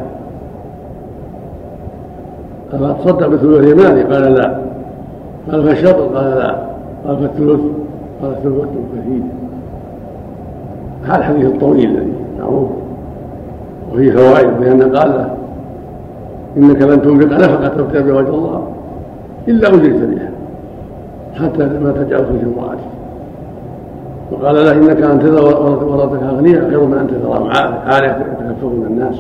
أفأتصدق بثلث مالي؟ قال: لا. قال: فالشطر؟ قال: لا. قال: فالثلث؟ قال: الثلث كثير. هذا الحديث الطويل الذي معروف وفيه فوائد، لأن قال له: إنك لن تنفق نفقة تبتغي وجه الله إلا أجرت بها حتى ما تجعل في امرأتك. وقال له: إنك أن تذر ورثتك أغنياء خير من أن تذرهم عالية يتكفرون الناس.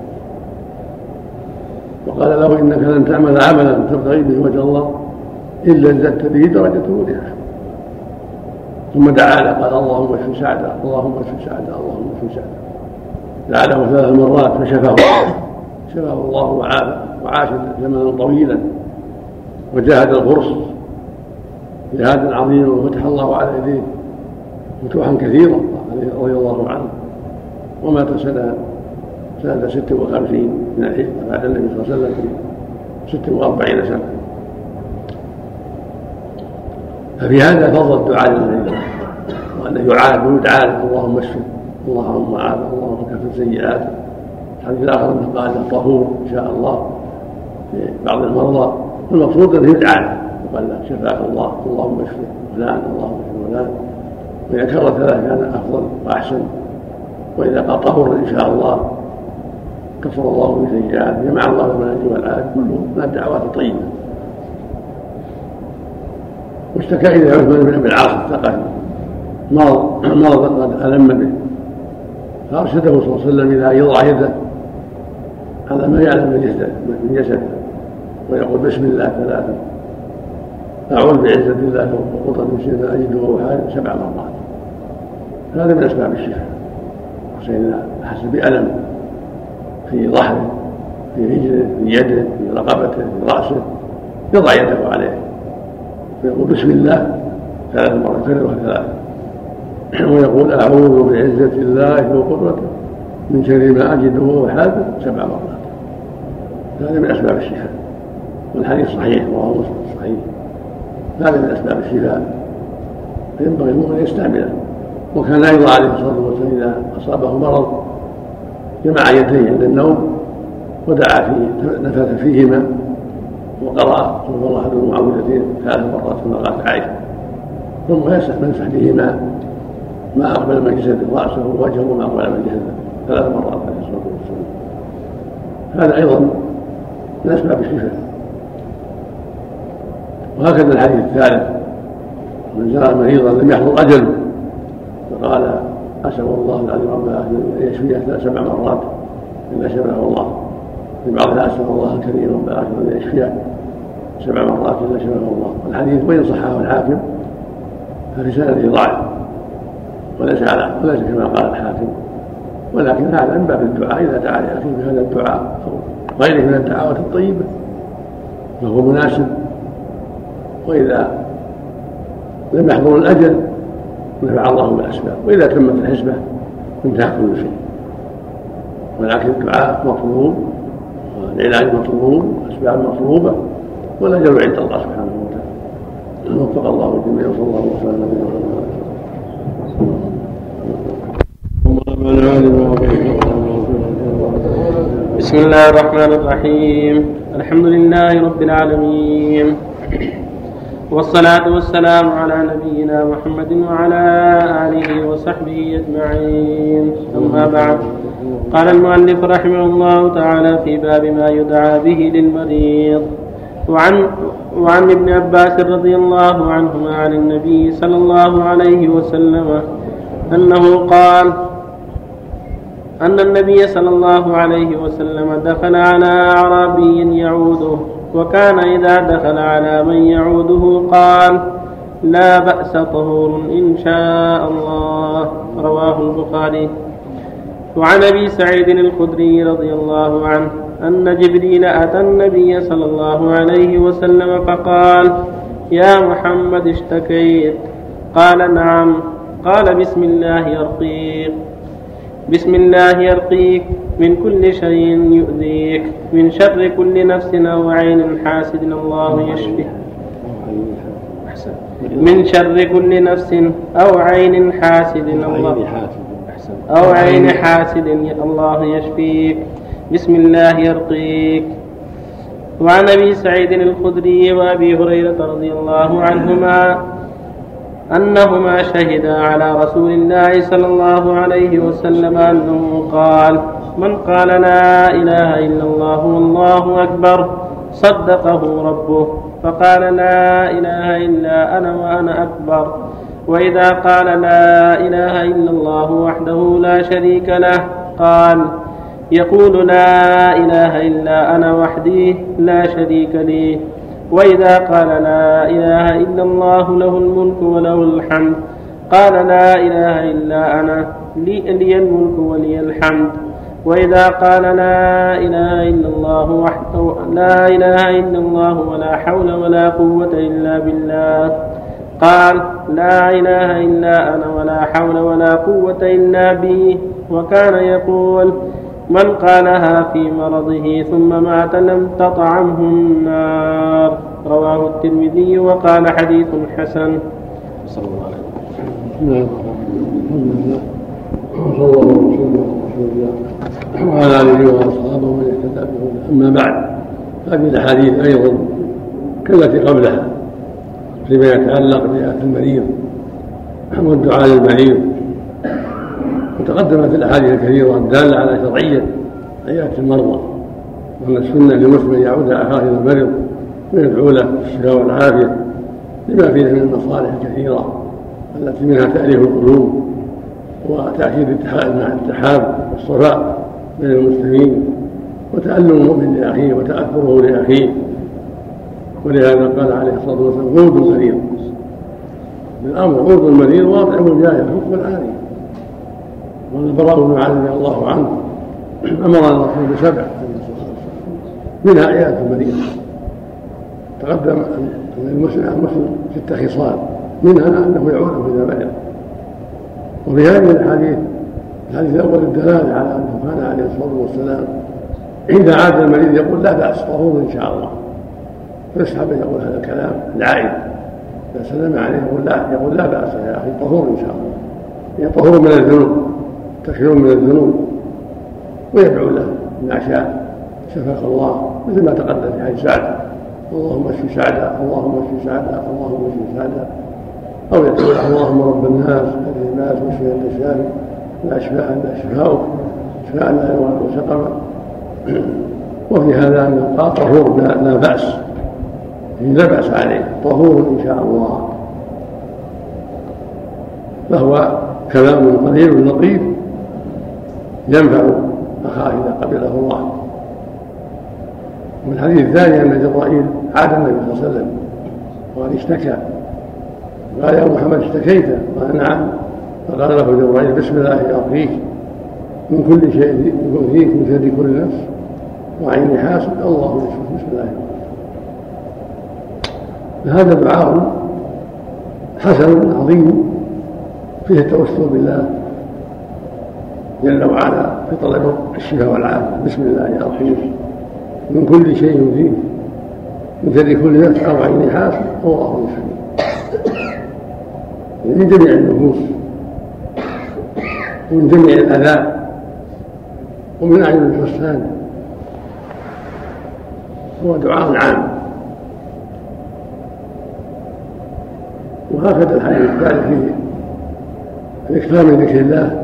وقال له: إنك لن تعمل عملا تبتغي به وجه الله إلا ازددت به درجة ولها. ثم دعا له قال: اللهم اشف سعدا، اللهم اشف سعدا، اللهم اشف سعدا. دعا له ثلاث مرات فشفاه شفاه الله وعافى، وعاش زمانا طويلا وجاهد الفرص جهادا عظيما، وفتح الله على يديه فتوحا كثيرا رضي الله عنه. ومات سنة سنة ست وخمسين من الهجرة بعد النبي صلى الله عليه وسلم في ست وأربعين سنة. ففي هذا فضل الدعاء للمريض، وأنه يعاد ويدعى له: اللهم اشفه، اللهم عافه، اللهم كفر سيئاته. الحديث الآخر أنه قال الطهور إن شاء الله في بعض المرضى، والمقصود أنه يدعى له وقال له: شفاك الله، اللهم اشفه فلان، اللهم اشفه فلان. وإذا كرر ثلاثة كان أفضل وأحسن، وإذا قال طهور إن شاء الله كفر الله من سيئاته، جمع الله المناجي والعافية، كله من الدعوات الطيبة. واشتكى إلى عثمان بن أبي العاص الثقفي مرض مرض قد ألم به، فأرشده صلى الله عليه وسلم إلى يضع يده على ما يعلم من جسده ويقول: بسم الله ثلاثا، أعوذ بعزة الله وقدرة سيدنا أجده وحاله سبع مرات. هذا من أسباب الشفاء. سيدنا أحس بألم في ظهره، في رجله، في يده، في رقبته، في رأسه، يضع يده عليه ويقول: بسم الله ثلاث مرات، يكررها ثلاث، ويقول: أعوذ بعزة الله وقدرته من شر ما أجده وحاله سبع مرات. هذا من أسباب الشفاء، والحديث صحيح رواه مسلم. صحيح. هذا من أسباب الشفاء فينبغي المؤمن أن يستعمله. وكان أيضا عليه الصلاة والسلام إذا أصابه مرض جمع يديه عند النوم ودعا فيه نفث فيهما وقرأ قل هو الله أحد المعوذتين ثلاث مرات كما قالت عائشة، ثم يمسح بهما ما أقبل من جسده رأسه ووجهه وما أقبل من جسده ثلاث مرات عليه الصلاة والسلام. هذا أيضا من أسباب الشفاء. وهكذا الحديث الثالث من زار مريضا لم يحضر أجله فقال أسأل الله العظيم رب العالمين أن يشفيه سبع مرات إلا شفاه الله، في بعضها أسأل الله الكريم رب العالمين أن يشفيه سبع مرات إلا شفاه الله. والحديث وإن صححه الحاكم فرسالته ضعف وليس على وليس كما قال الحاكم، ولكن هذا من باب الدعاء إذا دعا لأخيه بهذا الدعاء أو غيره من الدعوات الطيبة فهو مناسب. وإذا لم يحضر الأجل نفع الله بالأسباب، وإذا تمت الحسبة انتهى كل شيء. ولكن الدعاء مطلوب والعلاج مطلوب والأسباب مطلوبة والأجل عند الله سبحانه وتعالى. وفق الله الجميع وصلى الله وسلم على نبينا محمد. بسم الله الرحمن الرحيم. الحمد لله رب العالمين، والصلاة والسلام على نبينا محمد وعلى آله وصحبه أجمعين. أما بعد، قال المؤلف رحمه الله تعالى في باب ما يدعى به للمريض. وعن, وعن ابن عباس رضي الله عنهما عن النبي صلى الله عليه وسلم أنه قال أن النبي صلى الله عليه وسلم دخل على أعرابي يعوده، وكان إذا دخل على من يعوده قال لا بأس طهور إن شاء الله. رواه البخاري. وعن أبي سعيد الخدري رضي الله عنه أن جبريل أتى النبي صلى الله عليه وسلم فقال يا محمد اشتكيت؟ قال نعم. قال بسم الله يرقيك بسم الله يرقيك من كل شيء يؤذيك، من شر كل نفس أو عين حاسد الله يشفيه من شر كل نفس أو عين حاسد الله أو عين حاسد الله يشفيك، بسم الله يرقيك. وعن أبي سعيد الخدري وأبي هريرة رضي الله عنهما أنهما شهدا على رسول الله صلى الله عليه وسلم أنه قال من قال لا إله إلا الله والله أكبر صدقه ربه، فقال لا إله إلا أنا وأنا أكبر. وإذا قال لا إله إلا الله وحده لا شريك له قال يقول لا إله إلا أنا وحدي لا شريك لي. وإذا قال لا إله إلا الله له الملك وله الحمد قال لا إله إلا أنا لي, لي الملك ولي الحمد. وإذا قال لا إله إلا الله وحده لا إله إلا الله ولا حول ولا قوة إلا بالله قال لا إله إلا أنا ولا حول ولا قوة إلا بي. وكان يقول من قالها في مرضه ثم مات لم تطعمه النار. رواه الترمذي وقال حديث حسن. صلى الله عليه وسلم. صلى الله وسلم وعلى آله وأصحابه ومن اهتدى بهداه. أما بعد، هذه الأحاديث أيضا كالتي قبلها فيما يتعلق بآية المريض والدعاء للمريض، وتقدمت الأحاديث الكثيرة الدالة على شرعية عيادة المرضى، وأن السنة للمسلم يعود أخاه إلى المريض ويدعو له بالشفاء والعافية لما فيه من المصالح الكثيرة التي منها تأليف القلوب وتأكيد التحاب والصفاء بين المسلمين وتألم المؤمن لأخيه وتأثره لأخيه. ولهذا قال عليه الصلاة والسلام غود المريض بالأمر، غود المريض واطعم الجائع حق العالي. والبراء بن عازب رضي الله عنه أمرنا الرسول بسبع منها عيادة المريض. تقدم المسلم ست خصال منها أنه يعود إذا مرض. وفي هذه الحديث الحديث الأول الدلالة على أنه كان عليه الصلاة والسلام إذا عاد المريض يقول لا بأس طهور إن شاء الله، فيسحب ان يقول هذا الكلام العائد اذا سلم عليه يقول لا يقول لا باس يا اخي طهور ان شاء الله، يعني طهور من الذنوب تكفير من الذنوب، ويدعو له ان شاء شفاك الله مثل ما تقدم في حديث سعد اللهم اشف سعدا اللهم اشف سعدا اللهم اشف سعدا، او يدعو له اللهم رب الناس هذه الناس واشفي انت الشافي لا شفاء الا شفاؤك شفاء لا يغادر سقما. وفي هذا ان قال طهور لا باس لا باس عليه طهور ان شاء الله، فهو كلام قليل لطيف ينفع اخاه اذا قبله الله. وفي الحديث الثاني ان جبرائيل عاد النبي صلى الله عليه وسلم وقال اشتكى قال يا محمد اشتكيت؟ قال نعم. فقال له جبرائيل بسم الله يرقيك من كل شيء يؤذيك من شر كل نفس وعين حاسد الله يشفيك بسم الله يرقيك. فهذا دعاء حسن عظيم فيه التوسل بالله جل وعلا في طلب الشفاء والعافيه. بسم الله يرقيك من كل شيء يؤذيك من شر كل نفس او عين حاسد الله يشفيك من جميع النفوس ومن جميع الأذى ومن أعين الحسان. هو دعاء عام. وهكذا الحديث الثالث فيه الإكثار من ذكر الله،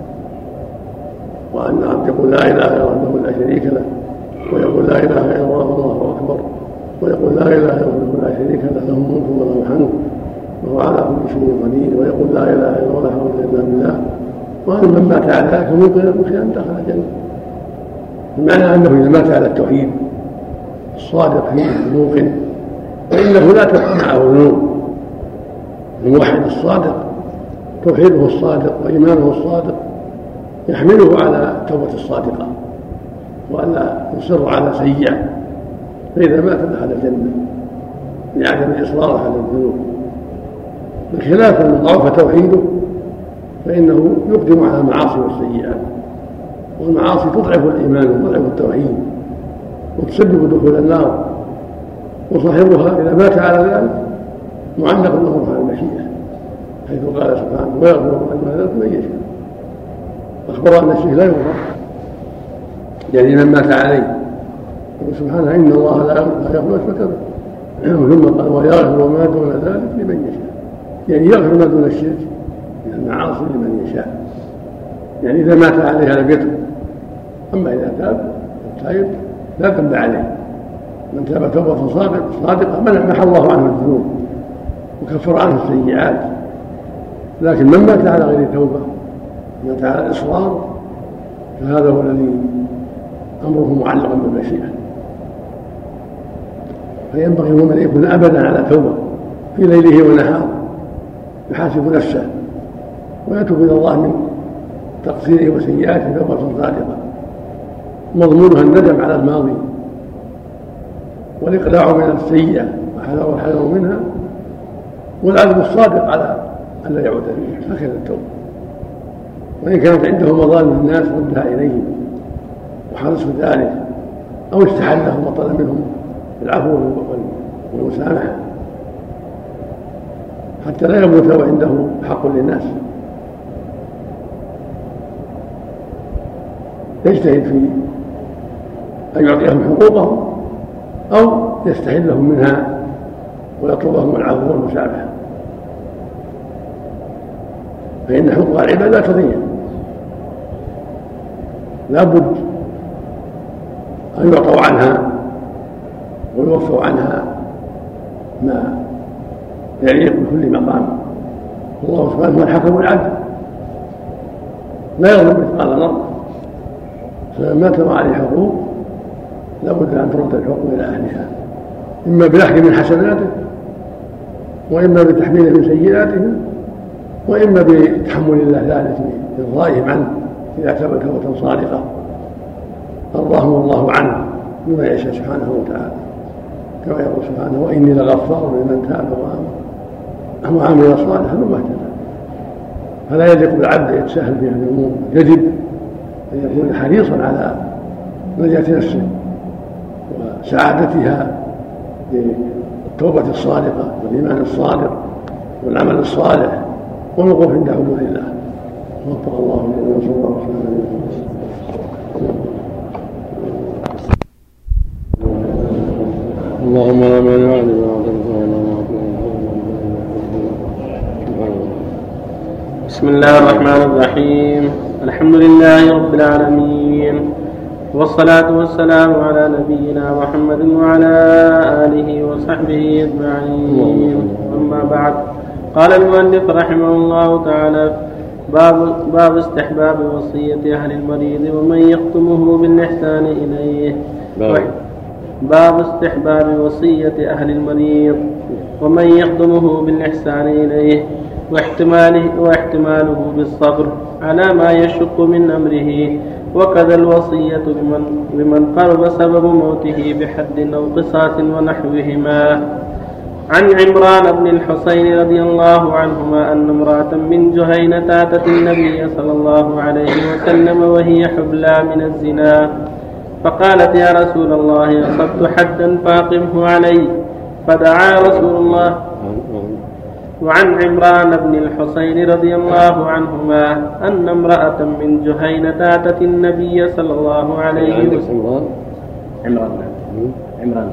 وأن العبد يقول لا إله إلا الله لا شريك له، ويقول لا إله إلا الله الله أكبر، ويقول لا إله إلا الله لا شريك له له الملك وله الحمد وهو على كل شيء قدير، ويقول لا اله الا الله لا حول الا بالله، وان من مات على ذلك موقنا مسلما دخل الجنه. المعنى انه اذا مات على التوحيد الصادق فيه موقن فانه لا تبقى معه ذنوب. الموحد الصادق توحيده الصادق وايمانه الصادق يحمله على التوبه الصادقه والا يصر على سيئه، فاذا مات دخل الجنه لعدم الاصرار على الذنوب. بخلاف من ضعف توحيده فإنه يقدم على المعاصي والسيئات، والمعاصي تضعف الإيمان وتضعف التوحيد وتسبب دخول النار، وصاحبها إذا مات على ذلك معلق له على المشيئة، حيث قال سبحانه ويغفر عن ذلك من يشاء. أخبر أن الشرك لا يغفر، يعني من مات عليه سبحانه إن الله لا يغفر الشرك به، ثم قال ويغفر ما دون ذلك لمن يشاء، يعني يغفر ما دون الشرك من المعاصي لمن يشاء، يعني إذا مات عليها لم يتب. أما إذا تاب التائب لا ذنب عليه، من تاب توبة صادقة محى الله عنه الذنوب وكفر عنه السيئات. لكن من مات على غير توبة مات على الإصرار فهذا هو الذي أمره معلق بالمشيئة. فينبغي المؤمن أن يكون أبدا على توبة في ليله ونهاره، يحاسب نفسه ويتوب إلى الله من تقصيره وسيئاته توبة صادقة مضمونها الندم على الماضي والإقلاع من السيئة والحذر منها والعزم الصادق على أن لا يعود فيه. هكذا التوبة. وإن كانت عنده مظالم الناس ردها إليهم وحرصوا ذلك أو استحلهم وطلب منهم العفو والمسامحة حتى لا يموت وعنده حق للناس. يجتهد في أن يعطيهم حقوقهم أو يستحلهم منها ويطلبهم العفو والمسامحة، فإن حقوق العباد لا تضيع، لا بد أن يعطوا عنها ويوفوا عنها ما يليق بكل مقام. الله سبحانه هو الحكم العدل لا يظلم مثقال ذرة، فمن مات وعليه حقوق لا بد أن ترد الحقوق إلى أهلها، إما بالأخذ من حسناته وإما بتحميله من سيئاتهم وإما بتحمل الله ذلك بإرضائهم عنه إذا تاب توبة صادقة أرضاهم الله عنه بما يشاء سبحانه وتعالى، كما يقول سبحانه وإني لغفار لمن تاب وآمن وعمل صالحا ثم اهتدى. فلا يليق بالعبد يتساهل في هذه الأمور، يجب أن يكون حريصا على نجاة نفسه وسعادتها بالتوبة الصادقة والإيمان الصادق والعمل الصالح والوقوف عند حدود الله. وفق الله لنا وصلى الله وسلم. اللهم لا مانع لما أعطيت ولا معطي. بسم الله الرحمن الرحيم. الحمد لله رب العالمين، والصلاة والسلام على نبينا محمد وعلى آله وصحبه أجمعين. أما بعد، قال المؤلف رحمه الله تعالى: باب, باب استحباب وصية أهل المريض ومن يختمه بالإحسان إليه. باب استحباب وصية أهل المريض ومن يخدمه بالإحسان إليه واحتماله, واحتماله بالصبر على ما يشق من أمره، وكذا الوصية بمن, بمن قرب سبب موته بحد أو قصاص ونحوهما. عن عمران بن الحسين رضي الله عنهما أن امرأة من جهينة أتت النبي صلى الله عليه وسلم وهي حبلى من الزنا، فقالت: يا رسول الله، أصبت حدا فاقمه علي. فدعا رسول الله. وعن عمران بن الحسين رضي الله عنهما أن امرأة من جهينة أتت النبي صلى الله عليه وسلم. عمران عمران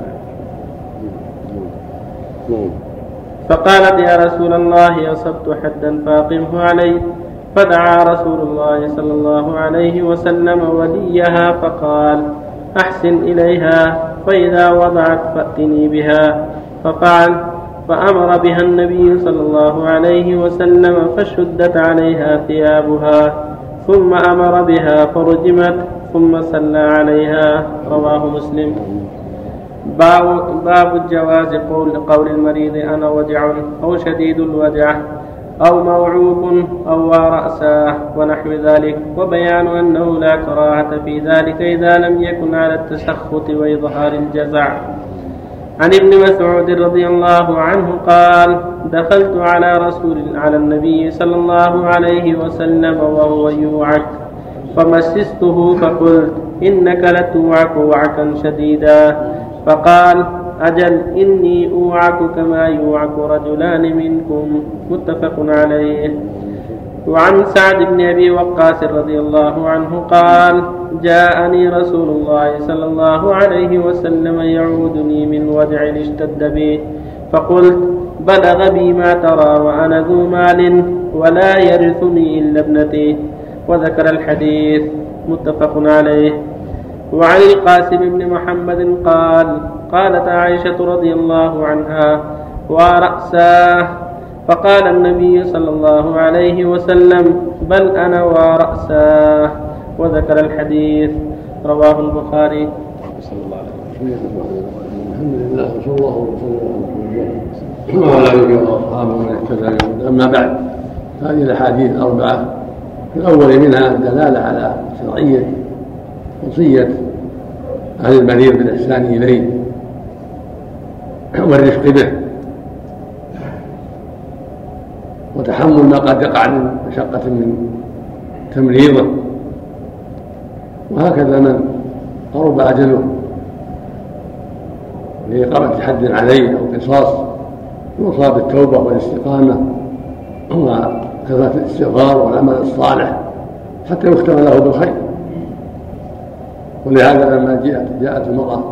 فقالت: يا رسول الله، أصبت حدا فاقمه علي. فدعا رسول الله صلى الله عليه وسلم وليها فقال: أحسن إليها، فإذا وضعت فأتني بها. ففعل، فأمر بها النبي صلى الله عليه وسلم فشدت عليها ثيابها، ثم أمر بها فرجمت، ثم صلى عليها. رواه مسلم. باب, باب جواز قول, قول المريض أنا وجع أو شديد الوجع أو موعوب أو رأساه ونحو ذلك، وبيان أنه لا كراهة في ذلك إذا لم يكن على التسخط وإظهار الجزع. عن ابن مسعود رضي الله عنه قال: دخلت على رسول على النبي صلى الله عليه وسلم وهو يوعك، فمسسته فقلت: إنك لتوعك وعكا شديدا. فقال: أجل، إني أوعك كما يوعك رجلان منكم. متفق عليه. وعن سعد بن أبي وقاص رضي الله عنه قال: جاءني رسول الله صلى الله عليه وسلم يعودني من وجع اشتد بي، فقلت: بلغ بي ما ترى وأنا ذو مال ولا يرثني إلا ابنتي. وذكر الحديث. متفق عليه. وعن القاسم بن محمد قال: قالت عائشة رضي الله عنها: ورأساه. فقال النبي صلى الله عليه وسلم: بل أنا ورأساه. وذكر الحديث. رواه البخاري. الحمد لله وصلى الله وسلم وعلى آله وأصحابه ومن اهتدى. أما بعد، هذه الأحاديث الأربعة في الأول منها دلالة على شرعية وصية أهل المريض بالإحسان إليه والرفق به وتحمل ما قد يقع من مشقة من تمريضه، وهكذا من قرب أجله لإقامة حد عليه أو قصاص يوصى بالتوبة والاستقامة وكثرة الاستغفار والعمل الصالح حتى يختم له بالخير. ولهذا لما جاءت جاءت المرأة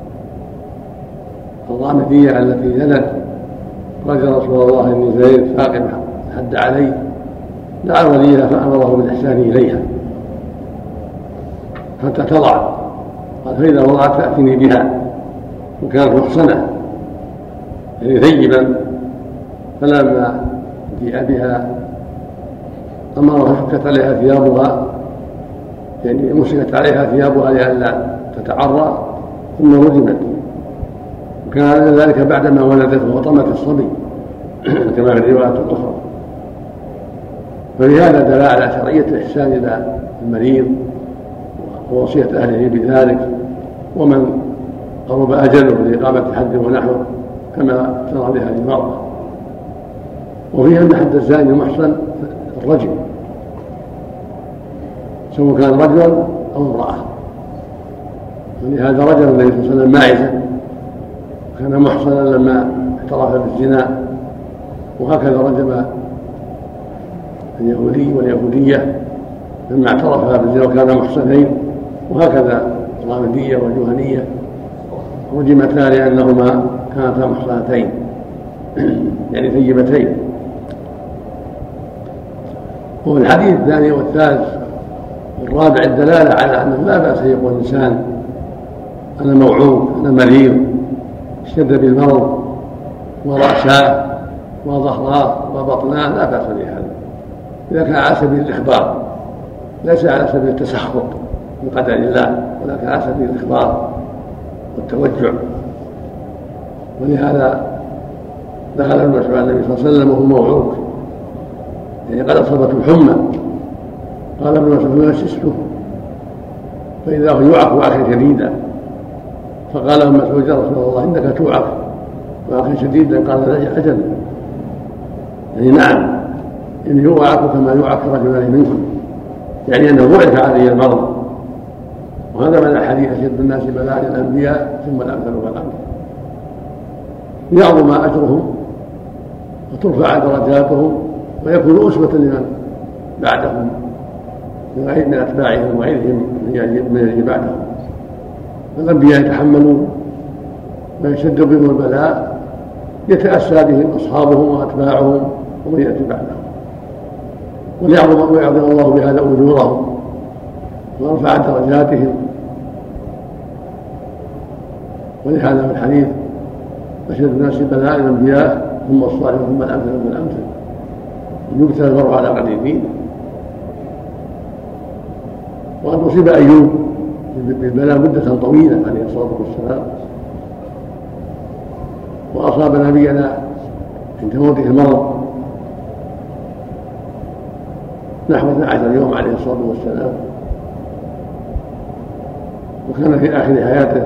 الغامدية التي زنت قالت: يا رسول الله، إني زنيت فاقم حد علي. دعا وليها فأمره بالإحسان إليها حتى تضع. قال: فإذا وضعت فأتني بها. وكانت محصنة يعني ثيبا، فلما جيء بها أمرها فشكت عليها ثيابها، يعني مسكت عليها ثيابها لئلا تتعرى، ثم رجمت. وكان ذلك بعدما ولدته وطمت الصبي كما في الروايات الأخرى. ففي هذا دلالة على شرعية الإحسان إلى المريض ووصية أهله بذلك، ومن قرب أجله لإقامة حد ونحوه كما ترى بهذه المرأة. وفيها أن حد الزاني المحصن الرجم، سواء كان رجلا أو امرأة. ولهذا رجل النبي صلى الله عليه وسلم ماعزة وكان محصنا لما اعترف بالزنا، وهكذا رجم اليهودي واليهودية لما اعترفا بالزنا وكان محصنين، وهكذا الغامدية والجهنية رجمتا لأنهما كانتا محصنتين يعني ثيبتين. وفي الحديث الثاني والثالث والرابع الدلالة على أنه لا بأس يقول الإنسان أنا موعوك، أنا مريض، اشتد بالمرض ورأساه وظهراه وبطناه، لا بأس بهذا إذا كان على سبيل الإخبار، ليس على سبيل التسخط من قدر الله، ولكن على سبيل الإخبار والتوجع. ولهذا دخل النبي صلى الله عليه وسلم وهو موعوك، يعني قد أصابته الحمى، قال ابن مسعود فمسسته فإذا هو يوعك وعكا شديدا، فقال ابن مسعود يا رسول الله إنك توعك وعكا شديدا، قال أجل، يعني نعم إن يوعك كما يوعك رجلان منكم، يعني أنه بعث عليه المرض. وهذا من الحديث أشد الناس بلاء الأنبياء ثم الأمثل فالأمثل، يعظم أجرهم وترفع درجاتهم ويكون أسوة لمن بعدهم من أتباعهم وغيرهم من الذي بعدهم. الأنبياء يتحملون ما يشد بهم البلاء، يتأسى بهم أصحابهم وأتباعهم ومن يأتي بعدهم، وليعظم ويعظم الله بهذا أجورهم ويرفع درجاتهم. ولهذا في الحديث أشد الناس بلاء الأنبياء ثم الصالحون ثم الأمثل ثم الأمثل، يبتلى المرء على قدر دينه. وقد أصيب أيوب بالبلاء مدة طويلة عليه الصلاة والسلام، وأصاب نبينا عند موته المرض نحو اثني عشر يوم عليه الصلاة والسلام، وكان في آخر حياته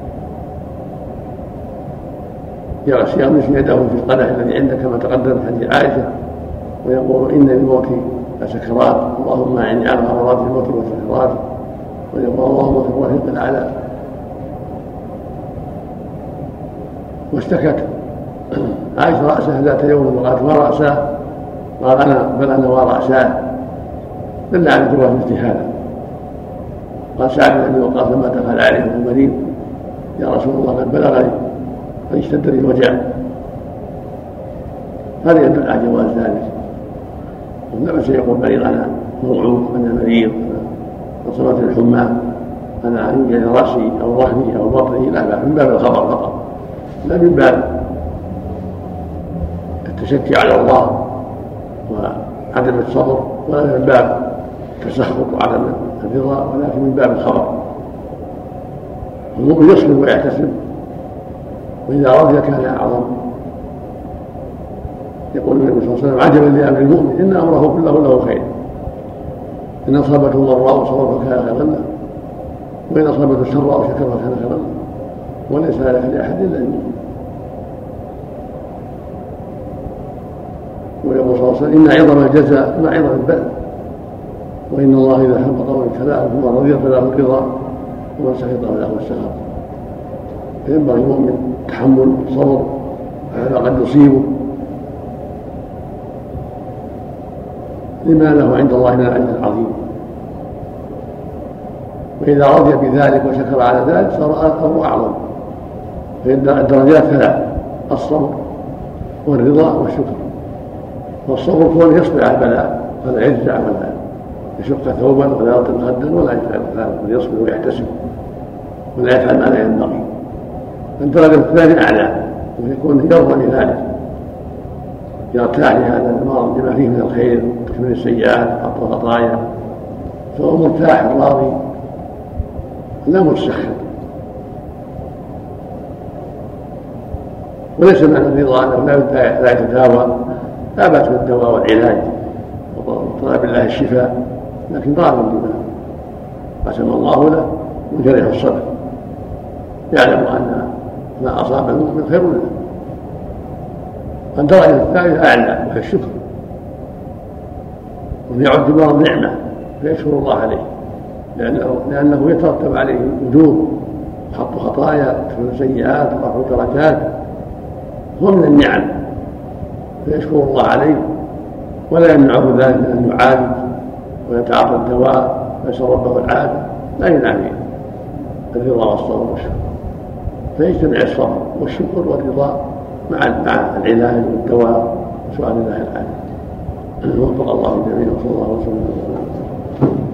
يغمس يده في القدح الذي عنده كما تقدم في حديث عائشة، ويقول إن للموت لسكرات، اللهم أعني على غمرات الموت وسكراته، ويقول اللهم في الرفيق الأعلى. واشتكت عائشة رأسها ذات يوم وقالت ما رأساه؟ قال أنا بل أنا ورأساه، دل على جواز مثل هذا. قال سعد بن أبي وقاص لما دخل عليه المريض يا رسول الله قد بلغني قد اشتد لي الوجع، هذا يدل على جواز ذلك. ولا بأس يقول مريض أنا موعوك، أنا مريض، أنا أصابتني الحمى، أنا يوجد رأسي أو ظهري أو بطني، لا بأس، من باب الخبر فقط، لا من باب التشكي على الله وعدم الصبر، ولا من باب التسخط وعدم الرضا، ولكن من باب الخبر. المؤمن يصبر ويحتسب، وإذا رضي كان أعظم. يقول النبي صلى الله عليه وسلم عجبا لأمر المؤمن إن أمره كله له خير، إن أصابته ضراء صبر فكان خيرا له، وإن أصابته سراء شكر فكان خيرا له، وليس ذلك لأحد إلا المؤمن. ويقول صلى الله عليه وسلم إن عظم الجزاء ما عظم البلاء، وإن الله إذا حب قوم ابتلاه ثم رضي فله الرضا ومن سخط فله السخط. فينبغي المؤمن تحمل صبر على قد يصيبه لما له عند الله من الأجر العظيم. وإذا رضي بذلك وشكر على ذلك صار الأمر أعظم. فإن الدرجات ثلاث: الصبر والرضا والشكر. والصبر كونه يصبر على البلاء فلا يجزع ولا يشق ثوبا ولا يطلق خدا ولا يفعل ذلك، بل يصبر ويحتسب ولا يفعل ما لا ينبغي. الدرجة الثانية أعلى، ويكون يرضى بذلك، يرتاح لهذا المرض لما فيه من الخير وتكميل السيئات وحط الخطايا، فهو مرتاح راضي لا متسخط. وليس معنى الرضا انه لا يتداوى، لا باس بالدواء والعلاج وطلب الله الشفاء، لكن راض بما قسم الله له وجرح الصبر، يعلم ان ما اصاب المؤمن خير له. الدرجه الثالثه اعلى وهي الشكر، وان يعد المرض نعمه فيشكر الله عليه، لانه لانه يترتب عليه وجوه وحط خطايا وكفر سيئات ورفع درجات هو من النعم، فيشكر الله عليه ولا يمنعه ذلك ان يعالج ويتعاطى الدواء ويسأل ربه العافية، لا يمنع فيه الرضا والصبر والشكر، فيجتمع الصبر والشكر والرضا مع مع العلاج والدواء وسؤال الله العافية. وفق الله الجميع وصلى الله وسلم.